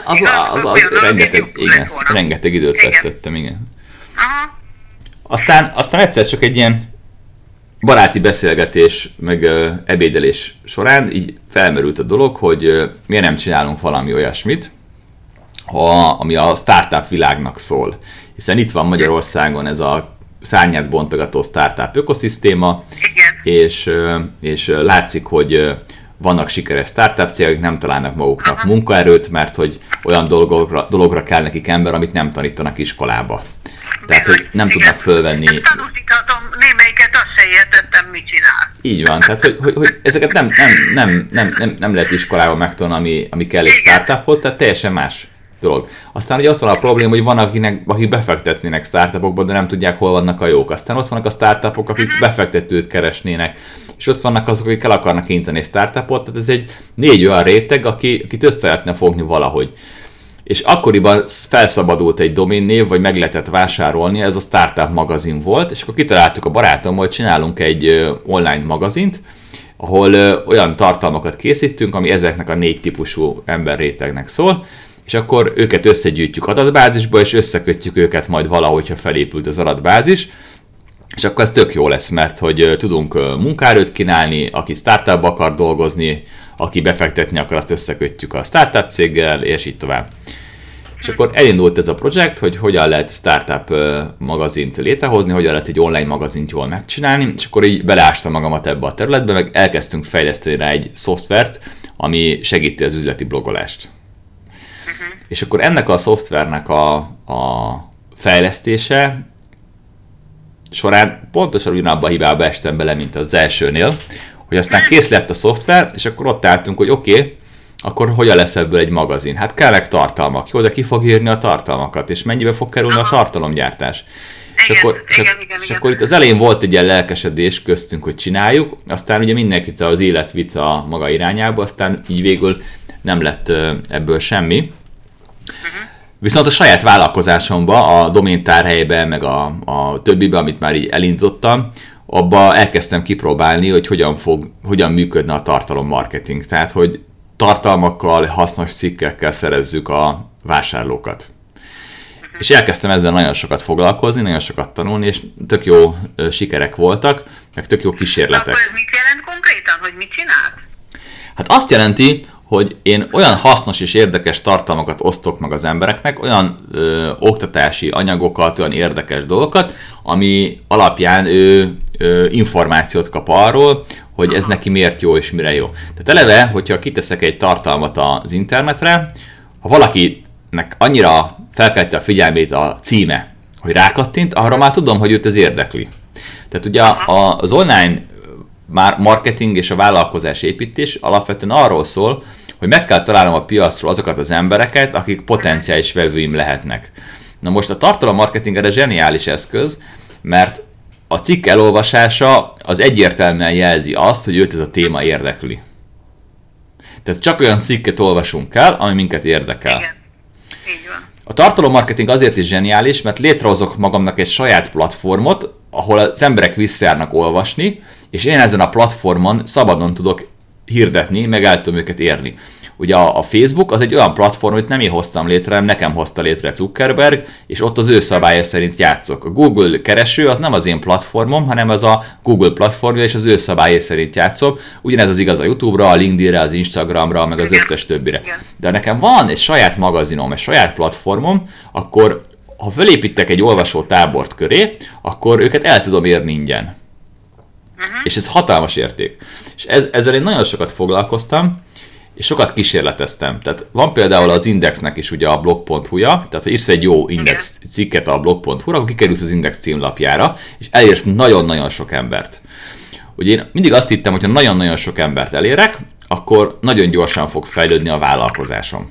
rengeteg időt vesztettem, igen. Aha. Aztán egyszer csak egy ilyen baráti beszélgetés, meg ebédelés során így felmerült a dolog, hogy miért nem csinálunk valami olyasmit, ami a startup világnak szól. Hiszen itt van Magyarországon ez a szárnyát bontogató startup ökoszisztéma, és látszik, hogy vannak sikeres startup cégek, akik nem találnak maguknak munkaerőt, mert hogy olyan dologra kell nekik ember, amit nem tanítanak iskolába. Tehát, hogy nem tudnak fölvenni... Tanúsíthatom, némelyiket azt se értettem, mit csinál. Így van, tehát hogy ezeket nem lehet iskolában megtanulni, ami kell egy startuphoz, tehát teljesen más dolog. Aztán ugye ott van a probléma, hogy van akik befektetnének startupokba, de nem tudják, hol vannak a jók. Aztán ott vannak a startupok, akik befektetőt keresnének, és ott vannak azok, akik el akarnak inteni egy startupot, tehát ez egy 4 olyan réteg, akit össze lehetne fogni valahogy. És akkoriban felszabadult egy doménnév, vagy meg lehetett vásárolni, ez a Startup magazin volt, és akkor kitaláltuk a barátommal, hogy csinálunk egy online magazint, ahol olyan tartalmakat készítünk, ami ezeknek a 4 típusú emberrétegnek szól, és akkor őket összegyűjtjük adatbázisba, és összekötjük őket majd valahogy, ha felépült az adatbázis, És akkor ez tök jó lesz, mert hogy tudunk munkaerőt kínálni, aki startupba akar dolgozni, aki befektetni akar, azt összekötjük a startup céggel, és így tovább. És akkor elindult ez a projekt, hogy hogyan lehet startup magazint létrehozni, hogyan lehet egy online magazint jól megcsinálni, és akkor így beleástam magamat ebbe a területbe, meg elkezdtünk fejleszteni rá egy szoftvert, ami segíti az üzleti blogolást. És akkor ennek a szoftvernek a fejlesztése során pontosan ugyanabba a hibába estem bele, mint az elsőnél, hogy aztán kész lett a szoftver, és akkor ott álltunk, hogy oké, akkor hogyan lesz ebből egy magazin? Hát kellnek tartalmak, jó, de ki fog írni a tartalmakat, és mennyibe fog kerülni a tartalomgyártás? És akkor itt az elején volt egy ilyen lelkesedés köztünk, hogy csináljuk, aztán ugye mindenkit az élet vitt a maga irányába, aztán így végül nem lett ebből semmi. Viszont a saját vállalkozásomba, a doméntárhelyben, meg a többibe, amit már így elindítottam, abba elkezdtem kipróbálni, hogy hogyan működne a tartalommarketing. Tehát, hogy tartalmakkal, hasznos cikkekkel szerezzük a vásárlókat. És elkezdtem ezzel nagyon sokat foglalkozni, nagyon sokat tanulni, és tök jó sikerek voltak, meg tök jó kísérletek. Akkor ez mit jelent konkrétan, hogy mit csinált? Hát azt jelenti, hogy én olyan hasznos és érdekes tartalmakat osztok meg az embereknek, olyan oktatási anyagokat, olyan érdekes dolgokat, ami alapján ő információt kap arról, hogy ez neki miért jó és mire jó. Tehát eleve, hogyha kiteszek egy tartalmat az internetre, ha valakinek annyira felkelti a figyelmét a címe, hogy rákattint, arra már tudom, hogy őt ez érdekli. Tehát ugye az online marketing és a vállalkozás építés alapvetően arról szól, hogy meg kell találnom a piacról azokat az embereket, akik potenciális vevőim lehetnek. Na most a tartalommarketing erre zseniális eszköz, mert a cikk elolvasása az egyértelműen jelzi azt, hogy őt ez a téma érdekli. Tehát csak olyan cikket olvasunk el, ami minket érdekel. Igen, így van. A tartalommarketing azért is zseniális, mert létrehozok magamnak egy saját platformot, ahol az emberek visszajárnak olvasni, és én ezen a platformon szabadon tudok hirdetni, meg el tudom őket érni. Ugye a Facebook az egy olyan platform, amit nem én hoztam létre, hanem nekem hozta létre Zuckerberg, és ott az ő szabálya szerint játszok. A Google kereső az nem az én platformom, hanem az a Google platformja, és az ő szabálya szerint játszok. Ugyanez az igaz a YouTube-ra, a LinkedIn-re, az Instagramra, meg az összes többire. De nekem van egy saját magazinom, egy saját platformom, akkor ha felépítek egy olvasótábort köré, akkor őket el tudom érni ingyen. És ez hatalmas érték. És ezzel én nagyon sokat foglalkoztam, és sokat kísérleteztem. Tehát van például az Indexnek is ugye a blog.hu-ja, tehát ha írsz egy jó Index cikket a blog.hu-ra, akkor kikerülsz az Index címlapjára, és elérsz nagyon-nagyon sok embert. Ugye én mindig azt hittem, hogy ha nagyon-nagyon sok embert elérek, akkor nagyon gyorsan fog fejlődni a vállalkozásom.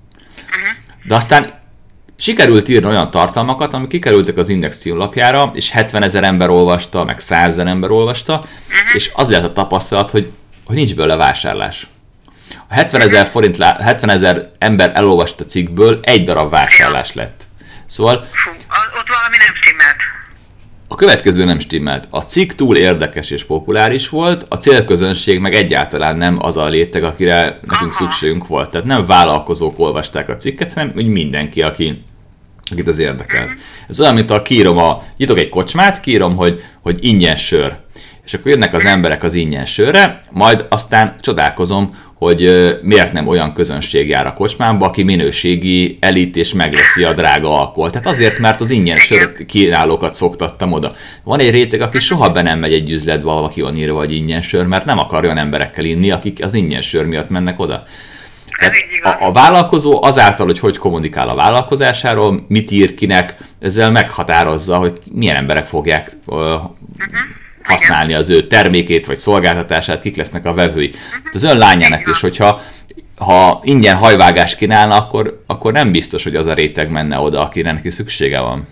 De aztán sikerült írni olyan tartalmakat, amik kikerültek az Index címlapjára, és 70 000 ember olvasta, meg 100 000 ember olvasta, és az lehet a tapasztalat, hogy nincs belőle vásárlás. A 70 000 ember elolvasta cikkből egy darab vásárlás lett. Szóval Ott valami nem stimmelt. a következő nem stimmelt. A cikk túl érdekes és populáris volt, a célközönség meg egyáltalán nem az a réteg, akire nekünk szükségünk volt. Tehát nem vállalkozók olvasták a cikket, hanem úgy mindenki, akit az érdekel. Ez olyan, mint ha nyitok egy kocsmát, kiírom, hogy ingyen sör. És akkor jönnek az emberek az ingyen sörre, majd aztán csodálkozom, hogy miért nem olyan közönség jár a kocsmámba, aki minőségi elit és megveszi a drága alkoholt. Tehát azért, mert az ingyen sör kínálókat szoktattam oda. Van egy réteg, aki soha be nem megy egy üzletbe, ahol ki van írva, hogy ingyen sör, mert nem akar olyan emberekkel inni, akik az ingyen sör miatt mennek oda. A vállalkozó azáltal, hogy kommunikál a vállalkozásáról, mit ír kinek, ezzel meghatározza, hogy milyen emberek fogják használni az ő termékét vagy szolgáltatását, kik lesznek a vevői. Az ön lányának is, hogyha ingyen hajvágást kínálna, akkor nem biztos, hogy az a réteg menne oda, akire neki szüksége van.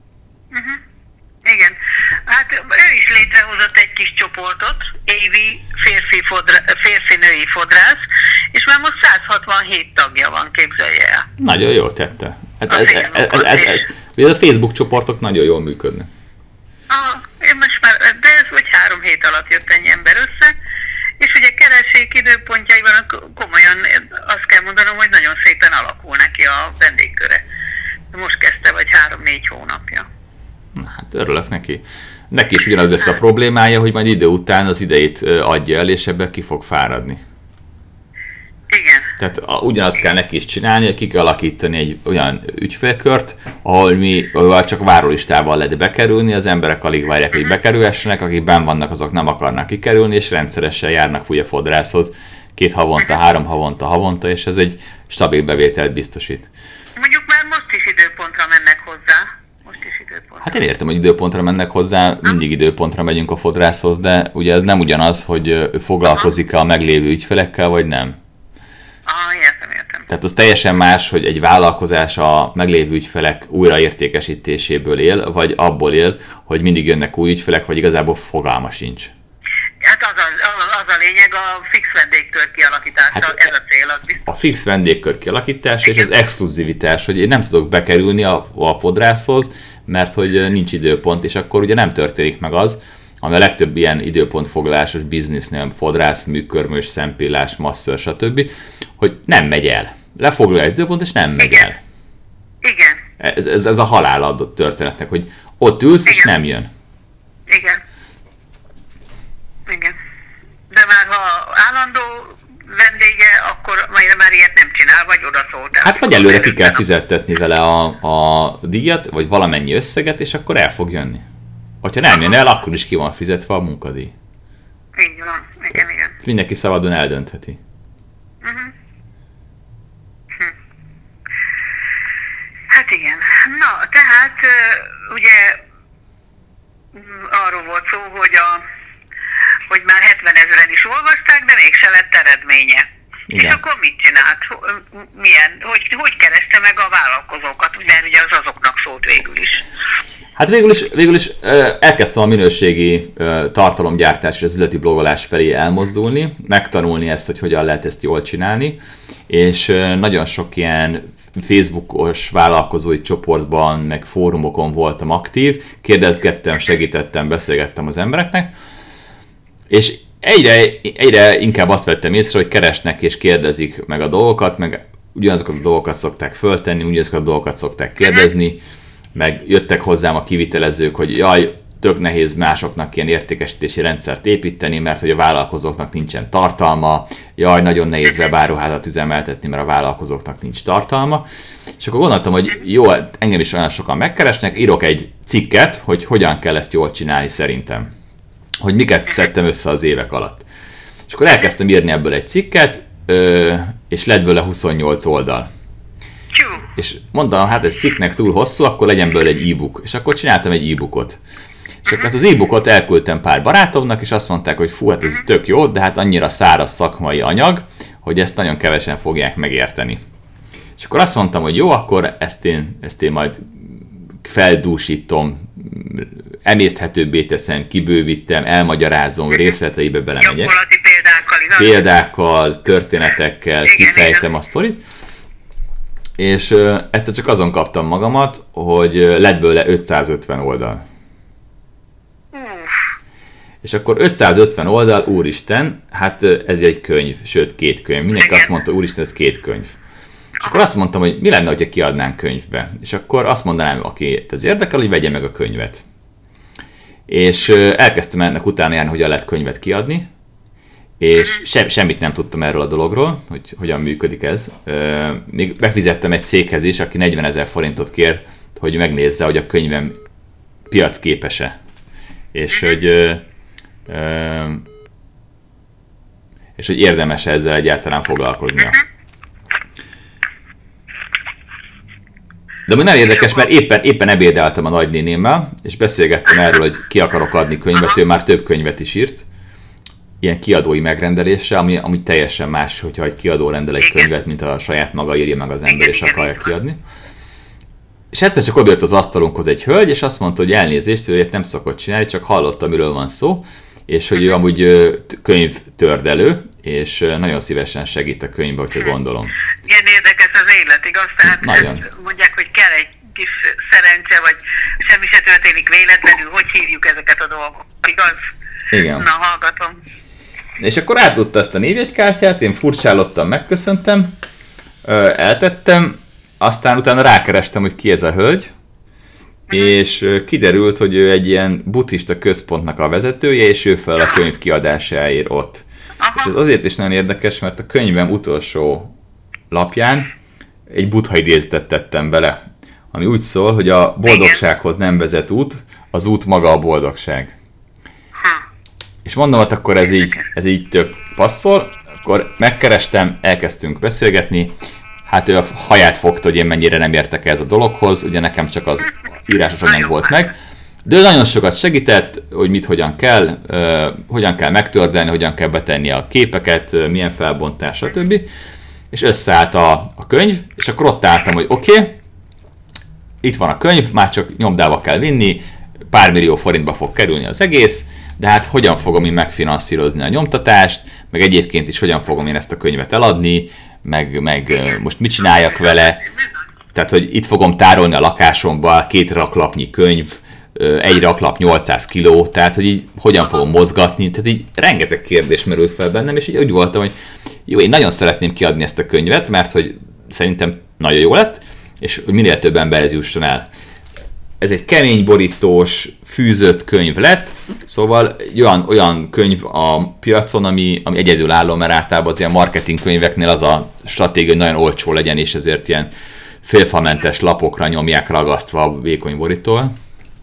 Igen. Hát ő is létrehozott egy kis csoportot, Évi férfi-női fodrász, és már most 167 tagja van, képzelje el. Nagyon jól tette. Hát ez a Facebook csoportok nagyon jól működnek. Én most már, de ez vagy 3 hét alatt jött ennyi ember össze, és ugye keresék időpontjaiban komolyan azt kell mondanom, hogy nagyon szépen alakul neki a vendégköre. Most kezdte, vagy 3-4 hónapja. Hát Hát örülök neki. Neki is ugyanaz lesz a problémája, hogy majd idő után az idejét adja el, és ebben ki fog fáradni. Igen. Tehát ugyanazt kell neki is csinálni, hogy ki kell alakítani egy olyan ügyfélkört, ahol csak várólistával lehet bekerülni, az emberek alig várják, hogy bekerülhessenek, akik benn vannak, azok nem akarnak kikerülni, és rendszeresen járnak úgy a fodrászhoz 2 havonta, 3 havonta, és ez egy stabil bevételt biztosít. Mondjuk már most is időpontra mennek hozzá. Hát én értem, hogy időpontra mennek hozzá, mindig időpontra megyünk a fodrászhoz, de ugye ez nem ugyanaz, hogy ő foglalkozik-e a meglévő ügyfelekkel, vagy nem. Értem. Tehát az teljesen más, hogy egy vállalkozás a meglévő ügyfelek újraértékesítéséből él, vagy abból él, hogy mindig jönnek új ügyfelek, vagy igazából fogalma sincs. Hát az a lényeg, a fix vendégkör kialakítása, hát ez a cél, az biztos. A fix vendégkör kialakítása és az exkluzivitás, hogy én nem tudok bekerülni a fodrászhoz, mert hogy nincs időpont, és akkor ugye nem történik meg az, ami a legtöbb ilyen időpontfoglalásos biznisznél, fodrász, műkörmös, szempillás, masször, stb., hogy nem megy el. Lefoglalja az időpont, és nem megy el. Igen. Ez a halál adott történetnek, hogy ott ülsz, és nem jön. Igen. De már ha állandó vendége, akkor már ilyet nem csinál, vagy odaszól. Hát vagy előre ki kell fizettetni vele a díjat, vagy valamennyi összeget, és akkor el fog jönni. Ha nem jön el, akkor is ki van fizetve a munkadíj. Így van, igen. Mindenki szabadon eldöntheti. Hát igen. Na, tehát ugye arról volt szó, hogy már 70 000-en is olvasták, de mégse lett eredménye. Igen. És akkor mit csinált? Hogy kereste meg a vállalkozókat? Ugye az azoknak szólt végül is. Hát végül is elkezdtem a minőségi tartalomgyártás és az üzleti blogolás felé elmozdulni, megtanulni ezt, hogy hogyan lehet ezt jól csinálni, és nagyon sok ilyen Facebookos vállalkozói csoportban, meg fórumokon voltam aktív, kérdezgettem, segítettem, beszélgettem az embereknek, és egyre inkább azt vettem észre, hogy keresnek és kérdezik meg a dolgokat, meg ugyanazokat a dolgokat szokták föltenni, ugyanazokat a dolgokat szokták kérdezni, meg jöttek hozzám a kivitelezők, hogy jaj, tök nehéz másoknak ilyen értékesítési rendszert építeni, mert hogy a vállalkozóknak nincsen tartalma, jaj, nagyon nehéz webáruházat üzemeltetni, mert a vállalkozóknak nincs tartalma. És akkor gondoltam, hogy jó, engem is olyan sokan megkeresnek, írok egy cikket, hogy hogyan kell ezt jól csinálni szerintem. Hogy miket szedtem össze az évek alatt. És akkor elkezdtem írni ebből egy cikket, és lett belőle 28 oldal. És mondtam, hát ez cikknek túl hosszú, akkor legyen belőle egy e-book. És akkor csináltam egy e-bookot. És akkor ezt az e-bookot elküldtem pár barátomnak, és azt mondták, hogy fú, hát ez tök jó, de hát annyira száraz szakmai anyag, hogy ezt nagyon kevesen fogják megérteni. És akkor azt mondtam, hogy jó, akkor ezt én majd feldúsítom, emészthetőbbé teszem, kibővítem, elmagyarázom, részleteibe belemegyek. Példákkal, történetekkel, kifejtem a sztorit. És egyszer csak azon kaptam magamat, hogy lett belőle 550 oldal. És akkor 550 oldal, úristen, hát ez egy könyv, sőt 2 könyv. Mindenki azt mondta, úristen, ez 2 könyv. És akkor azt mondtam, hogy mi lenne, hogyha kiadnánk könyvbe. És akkor azt mondanám, aki ez érdekel, hogy vegye meg a könyvet. És elkezdtem ennek utána járni, hogyan lehet könyvet kiadni. És semmit nem tudtam erről a dologról, hogy hogyan működik ez. Még befizettem egy céghez is, aki 40 000 forintot kér, hogy megnézze, hogy a könyvem piacképes-e. És hogy érdemes ezzel egyáltalán foglalkoznia. De még nagyon érdekes, mert éppen ebédeltem a nagynénémmel, és beszélgettem erről, hogy ki akarok adni könyvet, ő már több könyvet is írt, ilyen kiadói megrendelésre, ami teljesen más, hogyha egy kiadó rendel egy könyvet, mint a saját maga írja meg az ember, és akarja kiadni. És egyszer csak odajött az asztalunkhoz egy hölgy, és azt mondta, hogy elnézést, hogy nem szokott csinálni, csak hallottam, miről van szó, és hogy ő amúgy könyvtördelő, és nagyon szívesen segít a könyvbe, hogyha gondolom. Ilyen érdekes az élet, igaz? Tehát mondják, hogy kell egy kis szerencse, vagy semmi se történik véletlenül, hogy hívjuk ezeket a dolgokat, igaz? Igen. Na, hallgatom. És akkor átadta ezt a névjegykártyát, én furcsálottam, megköszöntem, eltettem, aztán utána rákerestem, hogy ki ez a hölgy, és kiderült, hogy ő egy ilyen buddhista központnak a vezetője, és ő fel a könyv kiadásáért ott. És ez azért is nagyon érdekes, mert a könyvem utolsó lapján egy buddha idézetet tettem bele, ami úgy szól, hogy a boldogsághoz nem vezet út, az út maga a boldogság. És mondom, hogy akkor ez így tök passzol, akkor megkerestem, elkezdtünk beszélgetni, hát ő a haját fogta, hogy én mennyire nem értek ez a dologhoz, ugye nekem csak az írásos anyag volt meg, de ő nagyon sokat segített, hogy mit hogyan kell megtördelni, hogyan kell betenni a képeket, milyen felbontás, stb. És összeállt a könyv, és akkor ott álltam, hogy oké, itt van a könyv, már csak nyomdába kell vinni, pár millió forintba fog kerülni az egész, de hát hogyan fogom én megfinanszírozni a nyomtatást, meg egyébként is hogyan fogom én ezt a könyvet eladni, meg most mit csináljak vele, tehát hogy itt fogom tárolni a lakásomba 2 raklapnyi könyv, egy raklap 800 kiló, tehát hogy így hogyan fogom mozgatni, tehát így rengeteg kérdés merült fel bennem, és így úgy voltam, hogy jó, én nagyon szeretném kiadni ezt a könyvet, mert hogy szerintem nagyon jó lett, és hogy minél több emberhez jusson el. Ez egy kemény borítós, fűzött könyv lett, szóval egy olyan könyv a piacon, ami egyedülálló, mert általában az ilyen marketing könyveknél az a stratégia, hogy nagyon olcsó legyen, és ezért ilyen félfamentes lapokra nyomják ragasztva a vékony borítóval.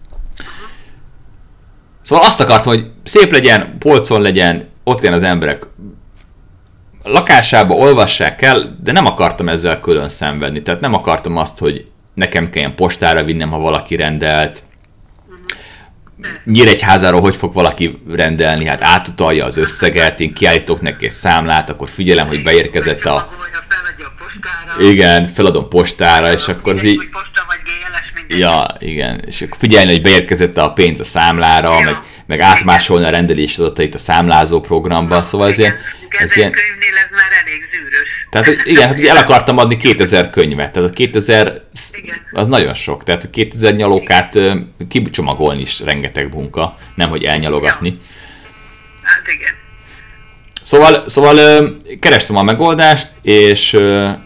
Szóval azt akartam, hogy szép legyen, polcon legyen, ott legyen az emberek lakásába, olvassák el, de nem akartam ezzel külön szenvedni. Tehát nem akartam azt, hogy nekem kelljen postára vinnem, ha valaki rendelt. Nyíregyházáról hogy fog valaki rendelni? Hát átutalja az összeget, én kiállítok neki egy számlát, akkor figyelem, hogy beérkezett a... Igen, feladom postára, és akkor az így... Ja, igen, és akkor figyelni, hogy beérkezett a pénz a számlára, meg átmásolni a rendelési adatait a számlázó programba, szóval ez ilyen... Ezen könyvnél ez már elég zűrös. Tehát, hogy igen, hát el akartam adni 2000 könyvet, tehát a 2000 az nagyon sok, tehát a 2000 nyalókát kicsomagolni is rengeteg munka, nem hogy elnyalogatni. Ja. Hát igen. Szóval kerestem a megoldást, és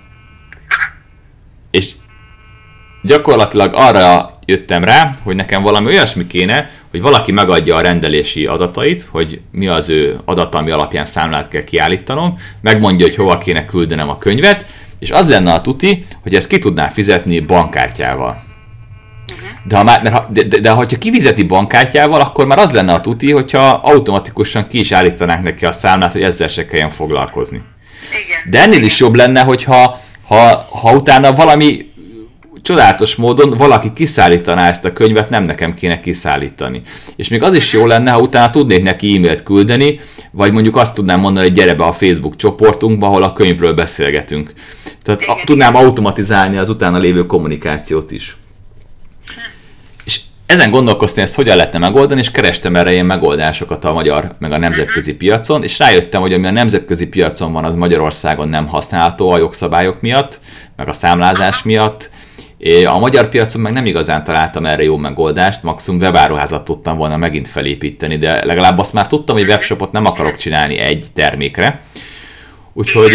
gyakorlatilag arra jöttem rá, hogy nekem valami olyasmi kéne, hogy valaki megadja a rendelési adatait, hogy mi az ő adata, ami alapján számlát kell kiállítanom, megmondja, hogy hova kéne küldenem a könyvet, és az lenne a tuti, hogy ezt ki tudná fizetni bankkártyával. De hogyha kifizeti bankkártyával, akkor már az lenne a tuti, hogyha automatikusan ki is állítanánk neki a számlát, hogy ezzel se kelljen foglalkozni. Igen. De ennél is jobb lenne, hogyha utána valami csodálatos módon valaki kiszállítaná ezt a könyvet, nem nekem kéne kiszállítani. És még az is jó lenne, ha utána tudnék neki e-mailt küldeni, vagy mondjuk azt tudnám mondani, hogy gyere be a Facebook csoportunkba, ahol a könyvről beszélgetünk. Tehát tudnám automatizálni az utána lévő kommunikációt is. És ezen gondolkoztam, ezt hogyan lehetne megoldani, és kerestem erre ilyen megoldásokat a magyar, meg a nemzetközi piacon, és rájöttem, hogy ami a nemzetközi piacon van, az Magyarországon nem használható a jogszabályok miatt, meg a számlázás miatt. A magyar piacon meg nem igazán találtam erre jó megoldást, maximum webáruházat tudtam volna megint felépíteni, de legalább azt már tudtam, hogy webshopot nem akarok csinálni egy termékre. Úgyhogy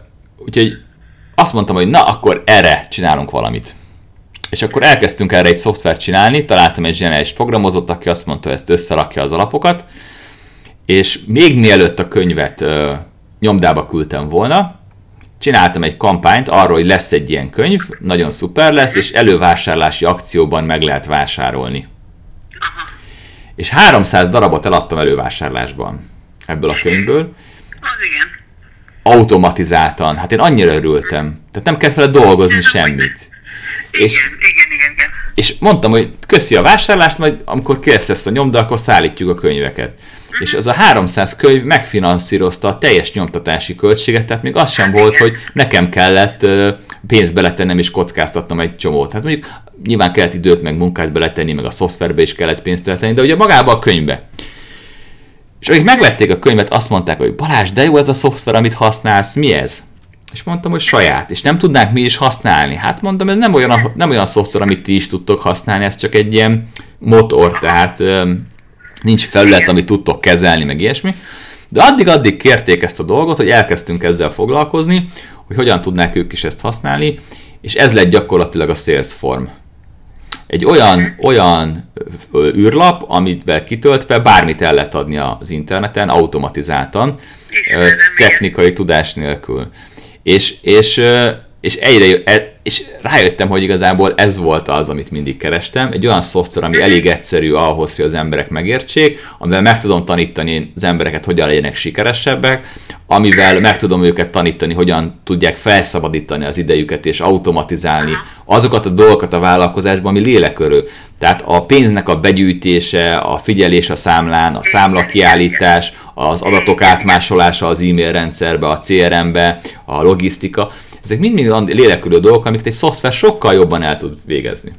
azt mondtam, hogy na, akkor erre csinálunk valamit. És akkor elkezdtünk erre egy szoftvert csinálni, találtam egy zseniális programozót, aki azt mondta, hogy ezt összerakja az alapokat, és még mielőtt a könyvet nyomdába küldtem volna, csináltam egy kampányt arról, hogy lesz egy ilyen könyv, nagyon szuper lesz, és elővásárlási akcióban meg lehet vásárolni. És 300 darabot eladtam elővásárlásban ebből a könyvből. Az igen. Automatizáltan. Hát én annyira örültem. Tehát nem kellett vele dolgozni semmit. Igen. És mondtam, hogy köszi a vásárlást, majd amikor kész lesz a nyomda, akkor szállítjuk a könyveket. És az a 300 könyv megfinanszírozta a teljes nyomtatási költséget, tehát még az sem volt, hogy nekem kellett pénzt beletennem és kockáztatnom egy csomót. Hát mondjuk nyilván kellett időt meg munkát beletenni, meg a szoftverbe is kellett pénzt beletenni, de ugye magába a könyvbe. És akik megvették a könyvet, azt mondták, hogy Balázs, de jó ez a szoftver, amit használsz, mi ez? És mondtam, hogy saját, és nem tudnánk mi is használni. Hát mondtam, ez nem olyan szoftver, amit ti is tudtok használni, ez csak egy ilyen motor, tehát nincs felület, amit tudtok kezelni, meg ilyesmi. De addig kérték ezt a dolgot, hogy elkezdtünk ezzel foglalkozni, hogy hogyan tudnák ők is ezt használni, és ez lett gyakorlatilag a Salesform. egy olyan űrlap, amivel kitöltve bármit el lehet adni az interneten, automatizáltan, technikai tudás nélkül. És rájöttem, hogy igazából ez volt az, amit mindig kerestem. Egy olyan szoftver, ami elég egyszerű ahhoz, hogy az emberek megértsék, amivel meg tudom tanítani az embereket, hogyan legyenek sikeresebbek, amivel meg tudom őket tanítani, hogyan tudják felszabadítani az idejüket és automatizálni azokat a dolgokat a vállalkozásban, ami lélekörül. Tehát a pénznek a begyűjtése, a figyelés a számlán, a számlakiállítás, az adatok átmásolása az e-mail rendszerbe, a CRM-be, a logisztika. Ezek mind lélekülő dolgok, amiket egy szoftver sokkal jobban el tud végezni.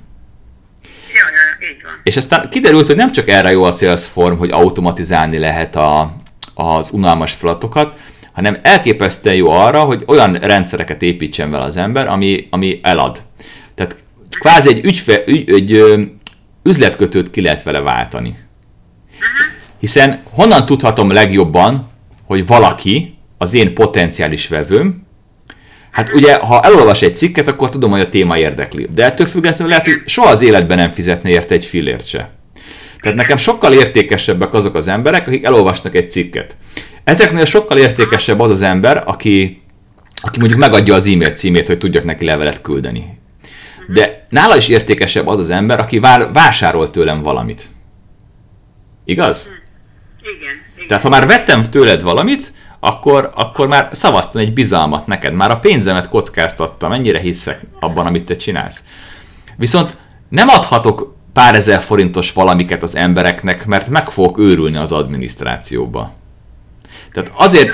Így van. És aztán kiderült, hogy nem csak erre jó a Salesforce, hogy automatizálni lehet az unalmas feladatokat, hanem elképesztően jó arra, hogy olyan rendszereket építsen vele az ember, ami elad. Tehát kvázi egy üzletkötőt ki lehet vele váltani. Hiszen honnan tudhatom legjobban, hogy valaki, az én potenciális vevőm, hát ugye, ha elolvas egy cikket, akkor tudom, hogy a téma érdekli. De ettől függetlenül lehet, hogy soha az életben nem fizetne érte egy fillért se. Tehát nekem sokkal értékesebbek azok az emberek, akik elolvasnak egy cikket. Ezeknél sokkal értékesebb az az ember, aki mondjuk megadja az e-mail címét, hogy tudjak neki levelet küldeni. De nála is értékesebb az az ember, aki vásárol tőlem valamit. Igaz? Igen. Tehát ha már vettem tőled valamit, akkor már szavaztam egy bizalmat neked. Már a pénzemet kockáztattam, ennyire hiszek abban, amit te csinálsz. Viszont nem adhatok pár ezer forintos valamiket az embereknek, mert meg fogok őrülni az adminisztrációba. Tehát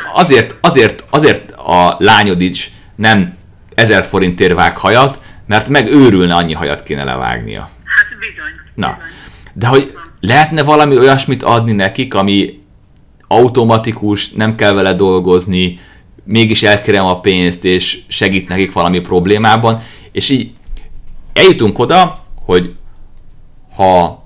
azért a lányod is nem 1000 forintért vág hajat, mert megőrülne, annyi hajat kéne levágnia. Hát bizony. Na, de hogy lehetne valami olyasmit adni nekik, ami automatikus, nem kell vele dolgozni, mégis elkérem a pénzt, és segít nekik valami problémában, és így eljutunk oda, hogy ha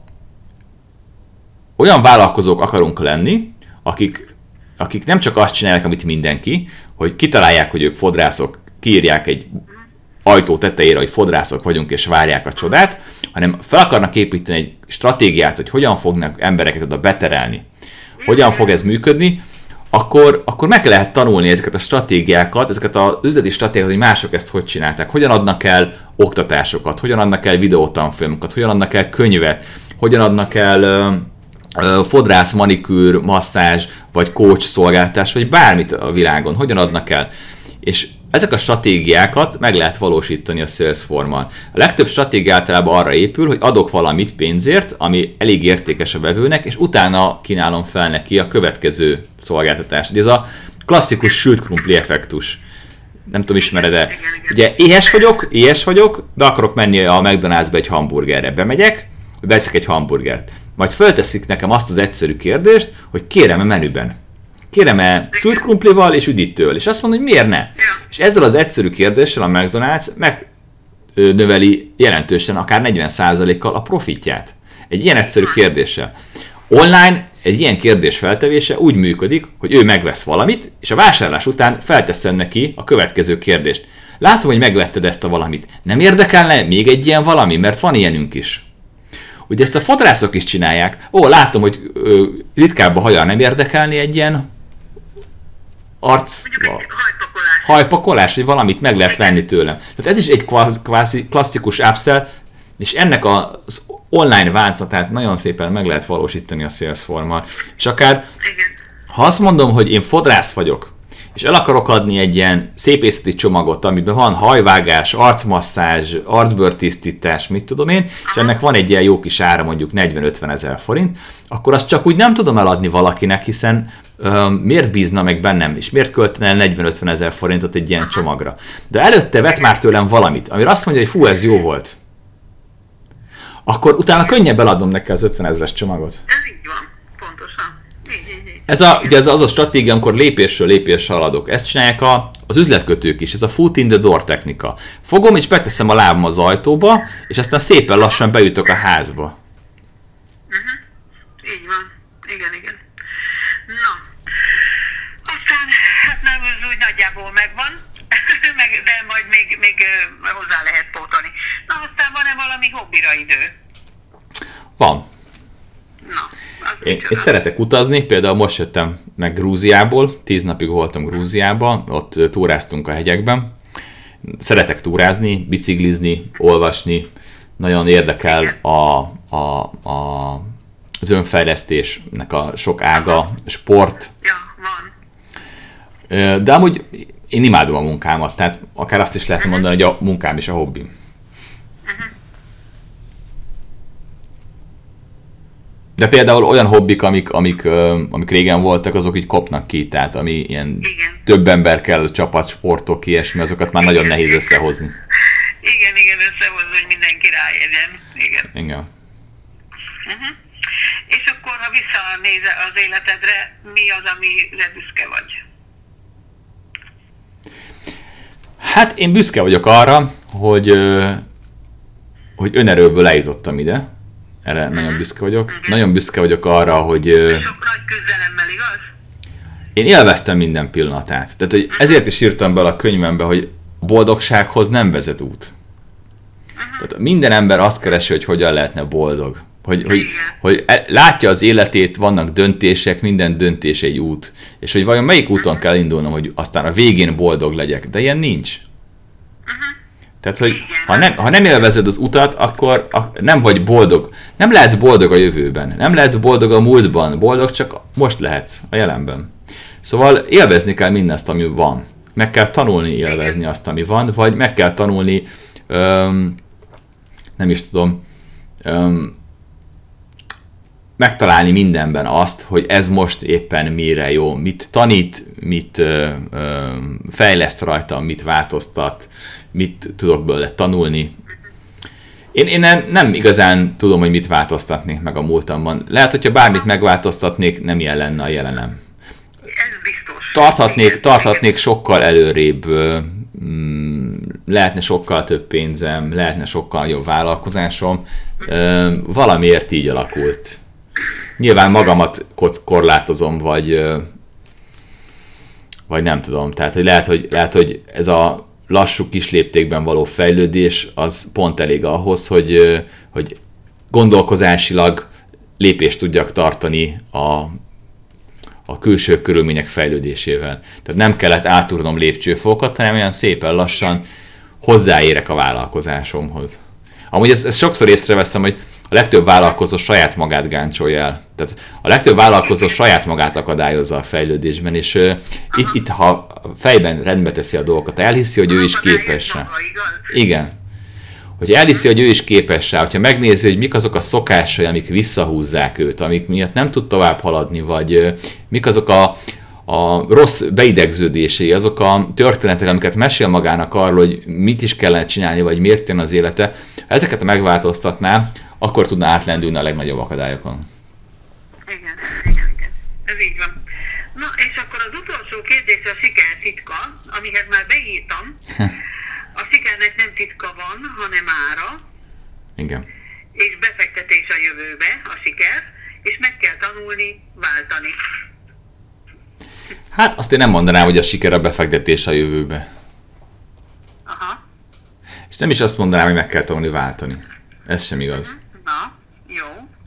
olyan vállalkozók akarunk lenni, akik nem csak azt csinálják, amit mindenki, hogy kitalálják, hogy ők fodrászok, kiírják egy ajtó tetejére, hogy fodrászok vagyunk, és várják a csodát, hanem fel akarnak építeni egy stratégiát, hogy hogyan fognak embereket oda beterelni, hogyan fog ez működni, akkor meg lehet tanulni ezeket a stratégiákat, ezeket az üzleti stratégiákat, hogy mások ezt hogy csinálták, hogyan adnak el oktatásokat, hogyan adnak el videótanfolyamokat, hogyan adnak el könyvet, hogyan adnak el fodrász, manikűr, masszázs, vagy coach szolgáltatás, vagy bármit a világon, hogyan adnak el. És ezek a stratégiákat meg lehet valósítani a Salesforce-mal. A legtöbb stratégia általában arra épül, hogy adok valamit pénzért, ami elég értékes a vevőnek, és utána kínálom fel neki a következő szolgáltatást. Ez a klasszikus sült krumpli effektus. Nem tudom, ismered-e. Ugye éhes vagyok, be akarok menni a McDonald'sba egy hamburgerre. Bemegyek, veszek egy hamburgert. Majd fölteszik nekem azt az egyszerű kérdést, hogy kérem-e menüben. Kérem-e sült krumplival és üdítővel. És azt mondom, hogy miért ne? És ezzel az egyszerű kérdéssel a McDonald's megnöveli jelentősen, akár 40%-kal a profitját. Egy ilyen egyszerű kérdéssel. Online egy ilyen kérdés feltevése úgy működik, hogy ő megvesz valamit, és a vásárlás után felteszem neki a következő kérdést. Látom, hogy megvetted ezt a valamit. Nem érdekelne még egy ilyen valami? Mert van ilyenünk is. Ugye ezt a fodrászok is csinálják. Látom, hogy ritkább a haja, nem érdekelni egy ilyen hajpakolás, hogy valamit meg lehet venni tőlem. Tehát ez is egy kvázi klasszikus upsell, és ennek az online változatát nagyon szépen meg lehet valósítani a Salesforce-mal. És akár, ha azt mondom, hogy én fodrász vagyok, és el akarok adni egy ilyen szépészeti csomagot, amiben van hajvágás, arcmasszázs, arcbőrtisztítás, mit tudom én, és ennek van egy ilyen jó kis ára, mondjuk 40-50 ezer forint, akkor azt csak úgy nem tudom eladni valakinek, hiszen miért bízna meg bennem, és miért költene el 40-50 ezer forintot egy ilyen csomagra. De előtte vett már tőlem valamit, amire azt mondja, hogy fú, ez jó volt. Akkor utána könnyebb eladnom neki az 50 ezeres csomagot. Ez így van, pontosan. Ugye ez az a stratégia, amikor lépésről lépésre haladok. Ezt csinálják az üzletkötők is, ez a foot in the door technika. Fogom és beteszem a lábam az ajtóba, és aztán szépen lassan bejutok a házba. Így van. Igen. Na, aztán hát nem, ez úgy nagyjából megvan, de majd még hozzá lehet pótolni. Na, aztán van-e valami hobbira idő? Én szeretek utazni, például most jöttem meg Grúziából, 10 napig voltam Grúziában, ott túráztunk a hegyekben. Szeretek túrázni, biciklizni, olvasni, nagyon érdekel az önfejlesztésnek a sok ága, sport. Ja, van. De amúgy én imádom a munkámat, tehát akár azt is lehetne mondani, hogy a munkám is a hobbim. De például olyan hobbik, amik régen voltak, azok így kopnak ki, tehát ami ilyen Igen. több ember kell, csapatsportok, ilyesmi, azokat már nagyon nehéz összehozni. Igen, összehozni, hogy mindenki ráérjen. Igen. És akkor, ha visszanézel az életedre, mi az, amire büszke vagy? Hát én büszke vagyok arra, hogy önerőből eljutottam ide. Erre nagyon büszke vagyok. Nagyon büszke vagyok arra, hogy Sok nagy küzdelemmel, igaz? én élveztem minden pillanatát. Tehát, hogy ezért is írtam bele a könyvembe, hogy boldogsághoz nem vezet út. Tehát minden ember azt keresi, hogy hogyan lehetne boldog. Hogy látja az életét, vannak döntések, minden döntés egy út. És hogy vajon melyik úton kell indulnom, hogy aztán a végén boldog legyek. De ilyen nincs. Tehát, hogy ha nem élvezed az utat, akkor nem vagy boldog. Nem lehetsz boldog a jövőben. Nem lehetsz boldog a múltban. Boldog csak most lehetsz a jelenben. Szóval élvezni kell mindazt, ami van. Meg kell tanulni élvezni azt, ami van, vagy meg kell tanulni, nem is tudom, megtalálni mindenben azt, hogy ez most éppen mire jó, mit tanít, mit fejleszt rajta, mit változtat, mit tudok belőle tanulni. Én nem igazán tudom, hogy mit változtatnék meg a múltamban. Lehet, hogyha bármit megváltoztatnék, nem ilyen lenne a jelenem. Ez biztos. Tarthatnék sokkal előrébb, lehetne sokkal több pénzem, lehetne sokkal jobb vállalkozásom. Valamiért így alakult. Nyilván magamat korlátozom, vagy nem tudom. Tehát, hogy lehet, hogy ez a lassú kis léptékben való fejlődés az pont elég ahhoz, hogy gondolkozásilag lépést tudjak tartani a külső körülmények fejlődésével. Tehát nem kellett átúrnom lépcsőfokat, hanem olyan szépen lassan hozzáérek a vállalkozásomhoz. Amúgy ezt sokszor észreveszem, hogy a legtöbb vállalkozó saját magát gáncsolja el. Tehát a legtöbb vállalkozó saját magát akadályozza a fejlődésben, és itt ha fejben rendbe teszi a dolgokat, elhiszi, hogy ő is képes rá. Igen. Hogy elhiszi, hogy ő is képes rá, hogyha megnézi, hogy mik azok a szokásai, amik visszahúzzák őt, amik miatt nem tud tovább haladni, vagy mik azok a rossz beidegződései, azok a történetek, amiket mesél magának arról, hogy mit is kellene csinálni, vagy miért jön az élete, ha ezeket megváltoztatná, akkor tudna átlendülni a legnagyobb akadályokon. Igen. Ez így van. Na, és akkor az utolsó kérdés a siker titka, amihez már beírtam. A sikernek nem titka van, hanem ára. Igen. És befektetés a jövőbe, a siker, és meg kell tanulni, váltani. Hát azt én nem mondanám, hogy a siker a befektetés a jövőbe. Aha. És nem is azt mondanám, hogy meg kell tanulni váltani. Ez sem igaz. Na, jó.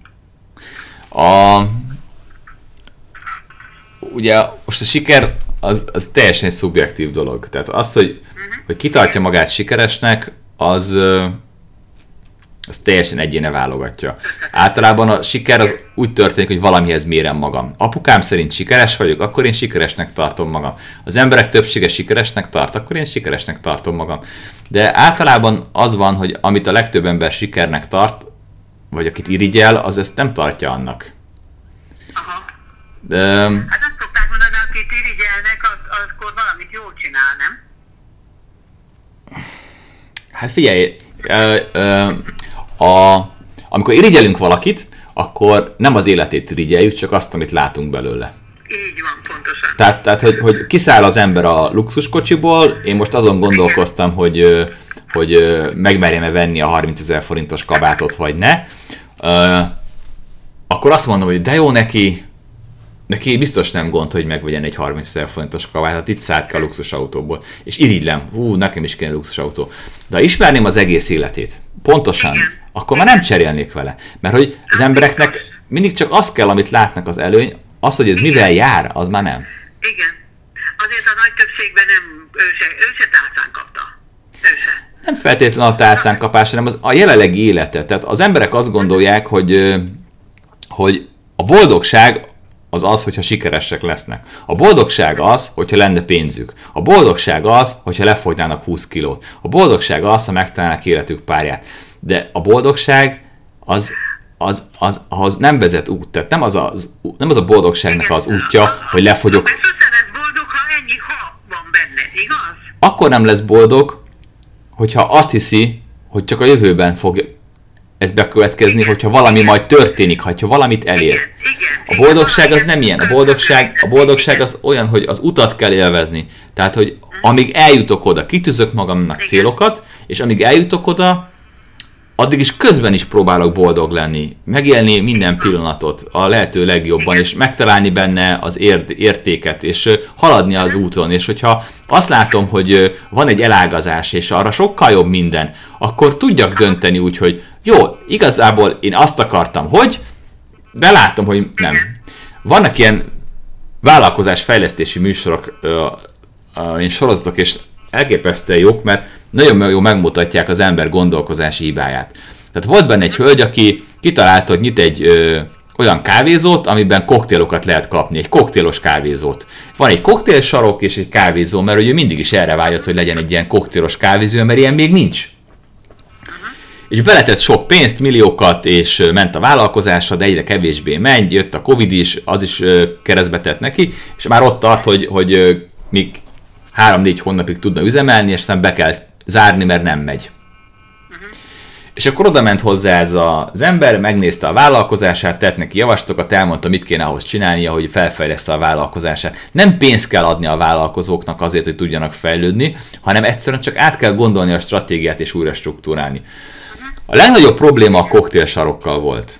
Ugye most a siker az teljesen egy szubjektív dolog. Tehát az, hogy ki tartja magát sikeresnek, az teljesen egyéne válogatja. Általában a siker az úgy történik, hogy valamihez mérem magam. Apukám szerint sikeres vagyok, akkor én sikeresnek tartom magam. Az emberek többsége sikeresnek tart, akkor én sikeresnek tartom magam. De általában az van, hogy amit a legtöbb ember sikernek tart, vagy akit irigyel, az ezt nem tartja annak. Aha. De, Hát azt szokták mondani, akit irigyelnek, akkor valamit jól csinál, nem? hát figyelj, amikor irigyelünk valakit, akkor nem az életét irigyeljük, csak azt, amit látunk belőle. Így van, pontosan. Tehát hogy kiszáll az ember a luxuskocsiból, én most azon gondolkoztam, hogy megmerjem-e venni a 30 000 forintos kabátot, vagy ne. Akkor azt mondom, hogy de jó neki biztos nem gond, hogy megvegyen egy 30 000 forintos kabátot, itt szállt ki a luxusautóból. És irigylem, nekem is kéne luxusautó. De ha ismerném az egész életét, pontosan, akkor már nem cserélnék vele. Mert hogy az embereknek mindig csak az kell, amit látnak az előny, az, hogy ez mivel jár, az már nem. Igen. Azért a nagy többségben nem, ő se tálcán kapta. Ő se. Nem feltétlenül a tálcánkapás, hanem a jelenlegi élete. Tehát az emberek azt gondolják, hogy a boldogság az az, hogyha sikeresek lesznek. A boldogság az, hogyha lenne pénzük. A boldogság az, hogyha lefogynának 20 kilót. A boldogság az, ha megtalálnak életük párját. De a boldogság az nem vezet út. Tehát nem az a boldogságnak az útja, hogy lefogyok. Persze lesz boldog, ha ennyi ha van benne, igaz? Akkor nem lesz boldog, hogyha azt hiszi, hogy csak a jövőben fog ez bekövetkezni, hogyha valami majd történik, ha valamit elér. A boldogság az nem ilyen. A boldogság az olyan, hogy az utat kell élvezni. Tehát, hogy amíg eljutok oda, kitűzök magamnak célokat, és amíg eljutok oda, addig is közben is próbálok boldog lenni, megélni minden pillanatot a lehető legjobban, és megtalálni benne az értéket, és haladni az úton, és hogyha azt látom, hogy van egy elágazás, és arra sokkal jobb minden, akkor tudjak dönteni úgy, hogy jó, igazából én azt akartam, de látom, hogy nem. Vannak ilyen vállalkozásfejlesztési műsorok, sorozatok, és elképesztően jók, mert nagyon jól megmutatják az ember gondolkozási hibáját. Tehát volt benne egy hölgy, aki kitalálta, hogy nyit egy olyan kávézót, amiben koktélokat lehet kapni, egy koktélos kávézót. Van egy koktélsarok és egy kávézó, mert ő mindig is erre vágyott, hogy legyen egy ilyen koktélos kávézó, mert ilyen még nincs. És beletett sok pénzt, milliókat, és ment a vállalkozása, de egyre kevésbé megy, jött a Covid is, az is keresztbe tett neki, és már ott tart, hogy még 3-4 hónapig tudna üzemelni, és aztán be kell zárni, mert nem megy. És akkor oda ment hozzá ez az ember, megnézte a vállalkozását, tett neki javaslatokat, elmondta, mit kéne ahhoz csinálnia, hogy felfejleszte a vállalkozását. Nem pénzt kell adni a vállalkozóknak azért, hogy tudjanak fejlődni, hanem egyszerűen csak át kell gondolni a stratégiát és újra struktúrálni. A legnagyobb probléma a koktélsarokkal volt.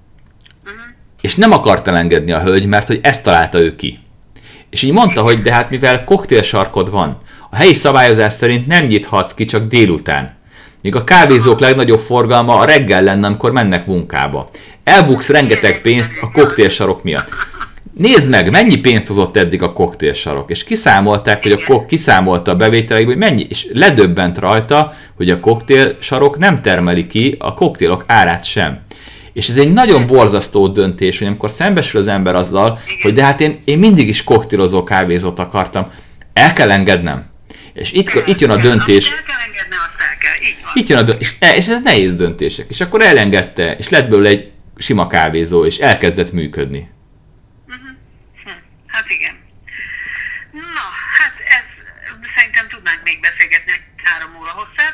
És nem akart elengedni a hölgy, mert hogy ezt találta ő ki. És így mondta, hogy de hát mivel koktélsarkod van, a helyi szabályozás szerint nem nyithatsz ki csak délután. Míg a kávézók legnagyobb forgalma a reggel lenne, amikor mennek munkába. Elbuksz rengeteg pénzt a koktélsarok miatt. Nézd meg, mennyi pénzt hozott eddig a koktélsarok. És kiszámolták, hogy kiszámolta a bevételeikből, hogy mennyi, és ledöbbent rajta, hogy a koktélsarok nem termeli ki a koktélok árát sem. És ez egy nagyon borzasztó döntés, hogy amikor szembesül az ember azzal, hogy de hát én mindig is koktélozó kávézót akartam, el kell engednem. És itt jön a döntés. El kell engedni, azt el kell, így van. Itt jön a döntés, és ez nehéz döntések. És akkor elengedte, és lett belőle egy sima kávézó, és elkezdett működni. Hát igen. Na, hát ez szerintem tudnánk még beszélgetni 3 óra hosszát.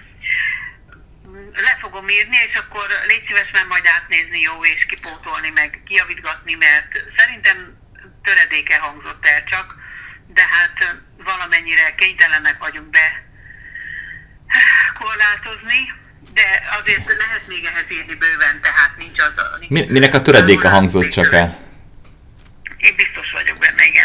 Le fogom írni, és akkor légy szíves már majd átnézni, jó, és kipótolni, meg kijavítgatni, mert szerintem töredéke hangzott el csak, de hát valamennyire kénytelenek vagyunk be korlátozni, de azért lehet még ehhez írni bőven, tehát nincs az... Minek a töredéke hangzott csak el? Én biztos vagyok benne, igen.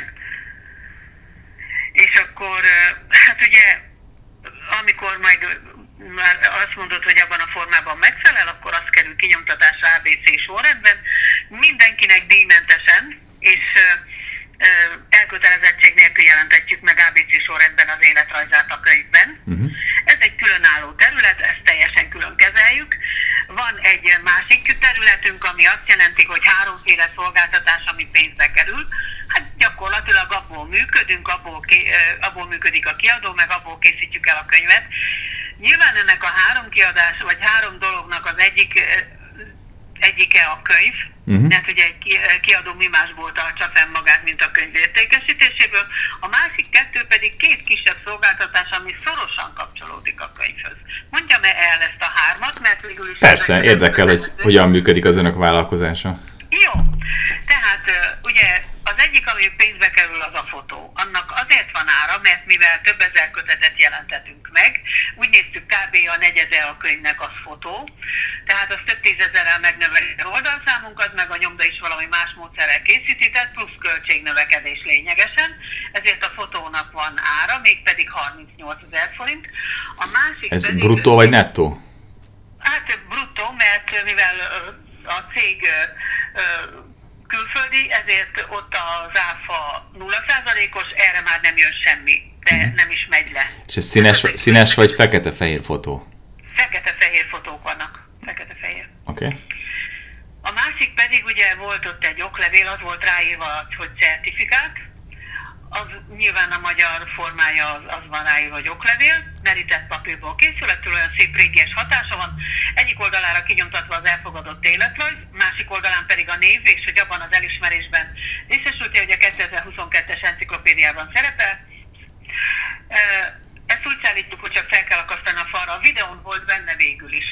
És akkor, hát ugye, amikor majd már azt mondod, hogy abban a formában megfelel, akkor az kerül kinyomtatásra ABC sorrendben, mindenkinek díjmentesen, és elkötelezettség nélkül jelentetjük meg ABC sorrendben az életrajzát a könyvben. Ez egy különálló terület, ezt teljesen külön kezeljük. Van egy másik területünk, ami azt jelenti, hogy 3 szolgáltatás, ami pénzbe kerül. Hát gyakorlatilag abból működünk, abból működik a kiadó, meg abból készítjük el a könyvet. Nyilván ennek a 3 kiadás, vagy 3 dolognak az egyike a könyv, mert ugye egy kiadó mi másból tartsa fenn magát, mint a könyv értékesítéséből. A másik 2 pedig 2 kisebb szolgáltatás, ami szorosan kapcsolódik a könyvhöz. Mondjam-e el ezt a 3-at, mert végül is... Persze, érdekel, hogy hogyan működik az önök vállalkozása. Jó, tehát ugye az egyik, ami pénzbe kerül, az a fotó. Annak azért van ára, mert mivel több ezer kötetet jelentetünk meg, úgy néztük kb. A negyede a könyvnek az fotó, tehát az több tízezerrel megnöveli az oldalszámunkat, meg a nyomda is valami más módszerrel készíti, tehát plusz költségnövekedés lényegesen, ezért a fotónak van ára, mégpedig 38 000 forint. A másik ez pedig, bruttó vagy nettó? Hát bruttó, mert mivel a cég külföldi, ezért ott az áfa 0%-os, erre már nem jön semmi, de nem is megy le. És ez színes vagy fekete-fehér fotó? Fekete-fehér fotók vannak. Fekete-fehér. Oké. Okay. A másik pedig ugye volt ott egy oklevél, az volt ráírva, hogy certifikát. Az nyilván a magyar formája az van ráírva, hogy oklevél, merített papírból készül, ettől olyan szép régies hatása van. Egyik oldalára kinyomtatva az elfogadott életrajz, másik oldalán pedig a név, és hogy abban az elismerésben részesültél, hogy a 2022-es enciklopédiában szerepel. Ezt úgy szállítjuk, hogy csak fel kell akasztani a falra. A videón volt benne végül is.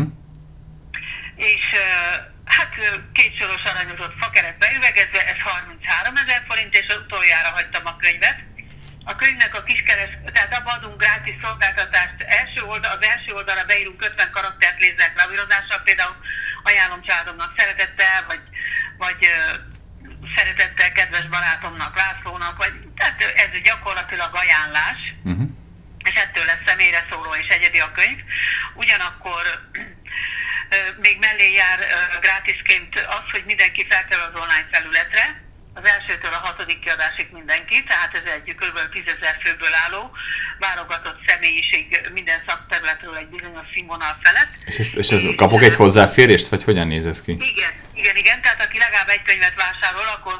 És hát két soros aranyozott fakeretbe üvegezve, ez 33 000 forint, és utoljára hagytam a könyvet. A könyvnek a tehát abba adunk grátis szolgáltatást, az első oldalra beírunk 50 karaktert lézer gravírozással, például ajánlom családomnak szeretettel, vagy szeretettel kedves barátomnak, Lászlónak, tehát ez gyakorlatilag ajánlás, és ettől lesz személyre szóló és egyedi a könyv. Ugyanakkor még mellé jár grátisként az, hogy mindenki felkerül az online felületre, az elsőtől a 6. kiadásig mindenki, tehát ez egy kb. 10 000 főből álló, válogatott személyiség minden szakterületről egy bizonyos színvonal felett. És ez kapok egy hozzáférést, vagy hogyan néz ez ki? Igen, tehát aki legalább egy könyvet vásárol, akkor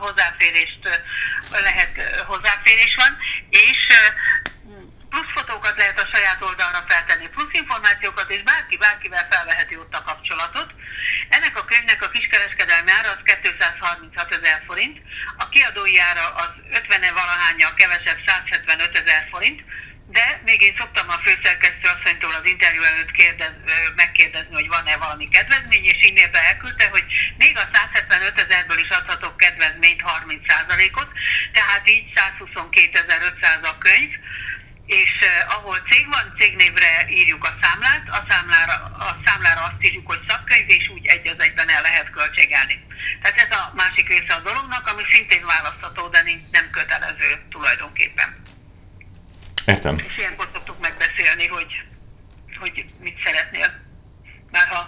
hozzáférés van, és plusz fotókat lehet a saját oldalra feltenni, plusz információkat, és bárkivel felveheti ott a kapcsolatot. Ennek a könyvnek a kiskereskedelmi ára az 236 000 forint, a kiadói ára az 50-valahánnyal kevesebb 175 000 forint, de még én szoktam a főszerkesztő asszonytól az interjú előtt megkérdezni, hogy van-e valami kedvezmény, és e-mailbe elküldte, hogy még a 175 000-ből is adhatok kedvezményt 30%-ot, tehát így 122 500 a könyv, és ahol cég van, cégnévre írjuk a számlát, a számlára azt írjuk, hogy szakkönyv, és úgy egy az egyben el lehet költségelni. Tehát ez a másik része a dolognak, ami szintén választható, de nem kötelező tulajdonképpen. Értem. És ilyenkor szoktuk megbeszélni, hogy mit szeretnél. Már ha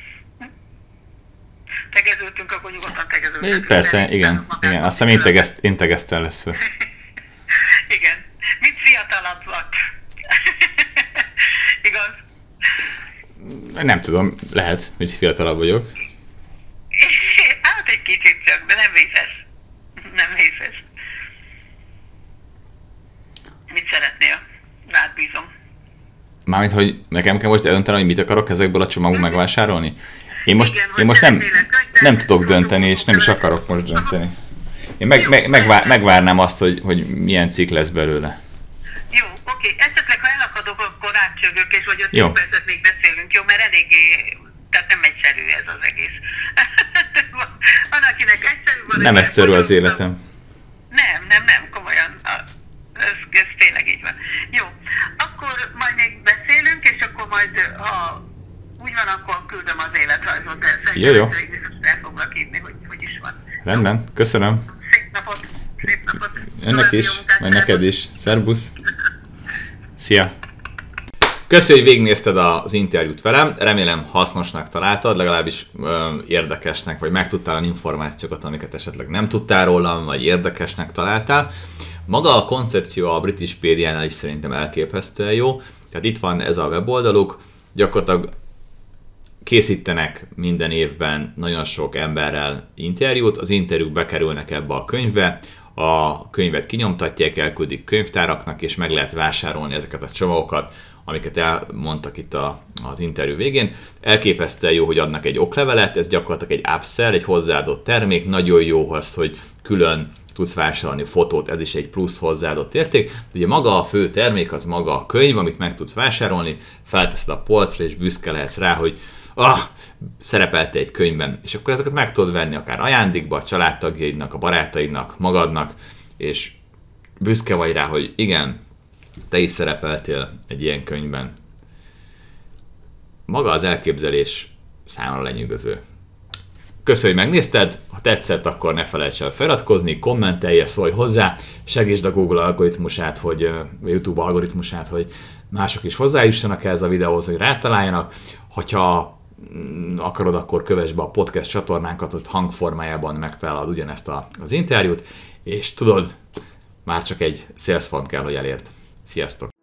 tegeződtünk, akkor nyugodtan tegeződtünk. Persze, igen. Azt hiszem én tegezte először. Igen. Mit fiatalabb volt? Igaz? Nem tudom, lehet, hogy fiatalabb vagyok. Hát egy kicsit csak, de nem vészes. Nem vészes. Mit szeretnél? Rád bízom. Mármint, hogy nekem kell most eldönteni, hogy mit akarok ezekből a csomagból megvásárolni? Én most nem tudok dönteni, és nem is akarok most dönteni. Én megvárnám azt, hogy milyen cikk lesz belőle. Jó, oké. Esetleg, ha elakadok, akkor átcsörgök, és vagy 5 percet még beszélünk, jó? Mert eléggé, tehát nem egyszerű ez az egész. Van, akinek egyszerű, van. Nem egyszerű az életem. Nem, komolyan. Ez tényleg így van. Jó, akkor majd még beszélünk, és akkor majd, ha úgy van, akkor küldöm az életrajzot, de jó. El foglak írni, hogy is van. Rendben, köszönöm. Szép napot. Önnek is, majd neked is. Szerbusz. Szia. Köszönjük, hogy végignézted az interjút velem. Remélem hasznosnak találtad, legalábbis érdekesnek, vagy megtudtál olyan információkat, amiket esetleg nem tudtál rólam, vagy érdekesnek találtál. Maga a koncepció a Britishpédiánál is szerintem elképesztően jó. Tehát itt van ez a weboldaluk, gyakorlatilag készítenek minden évben nagyon sok emberrel interjút, az interjúk bekerülnek ebbe a könyvbe, a könyvet kinyomtatják, elküldik könyvtáraknak, és meg lehet vásárolni ezeket a csomagokat, amiket elmondtak itt az interjú végén. Elképesztően jó, hogy adnak egy oklevelet, ez gyakorlatilag egy upsell, egy hozzáadott termék, nagyon jó az, hogy külön tudsz vásárolni fotót, ez is egy plusz hozzáadott érték. Ugye maga a fő termék az maga a könyv, amit meg tudsz vásárolni, felteszed a polcra, és büszke lehetsz rá, hogy szerepeltél egy könyvben, és akkor ezeket meg tudod venni akár ajándékba, a családtagjaidnak, a barátaidnak, magadnak, és büszke vagy rá, hogy igen, te is szerepeltél egy ilyen könyvben. Maga az elképzelés számomra lenyűgöző. Köszönjük, hogy megnézted, ha tetszett, akkor ne felejts el feliratkozni, kommentelj, szólj hozzá, segítsd a Google algoritmusát, vagy a YouTube algoritmusát, hogy mások is hozzájussanak ehhez a videóhoz, hogy rátaláljanak. Hogyha akarod, akkor kövess be a podcast csatornánkat, ott hangformájában megtalálod ugyanezt az interjút, és tudod, már csak egy sales form kell, hogy elérd. Sziasztok!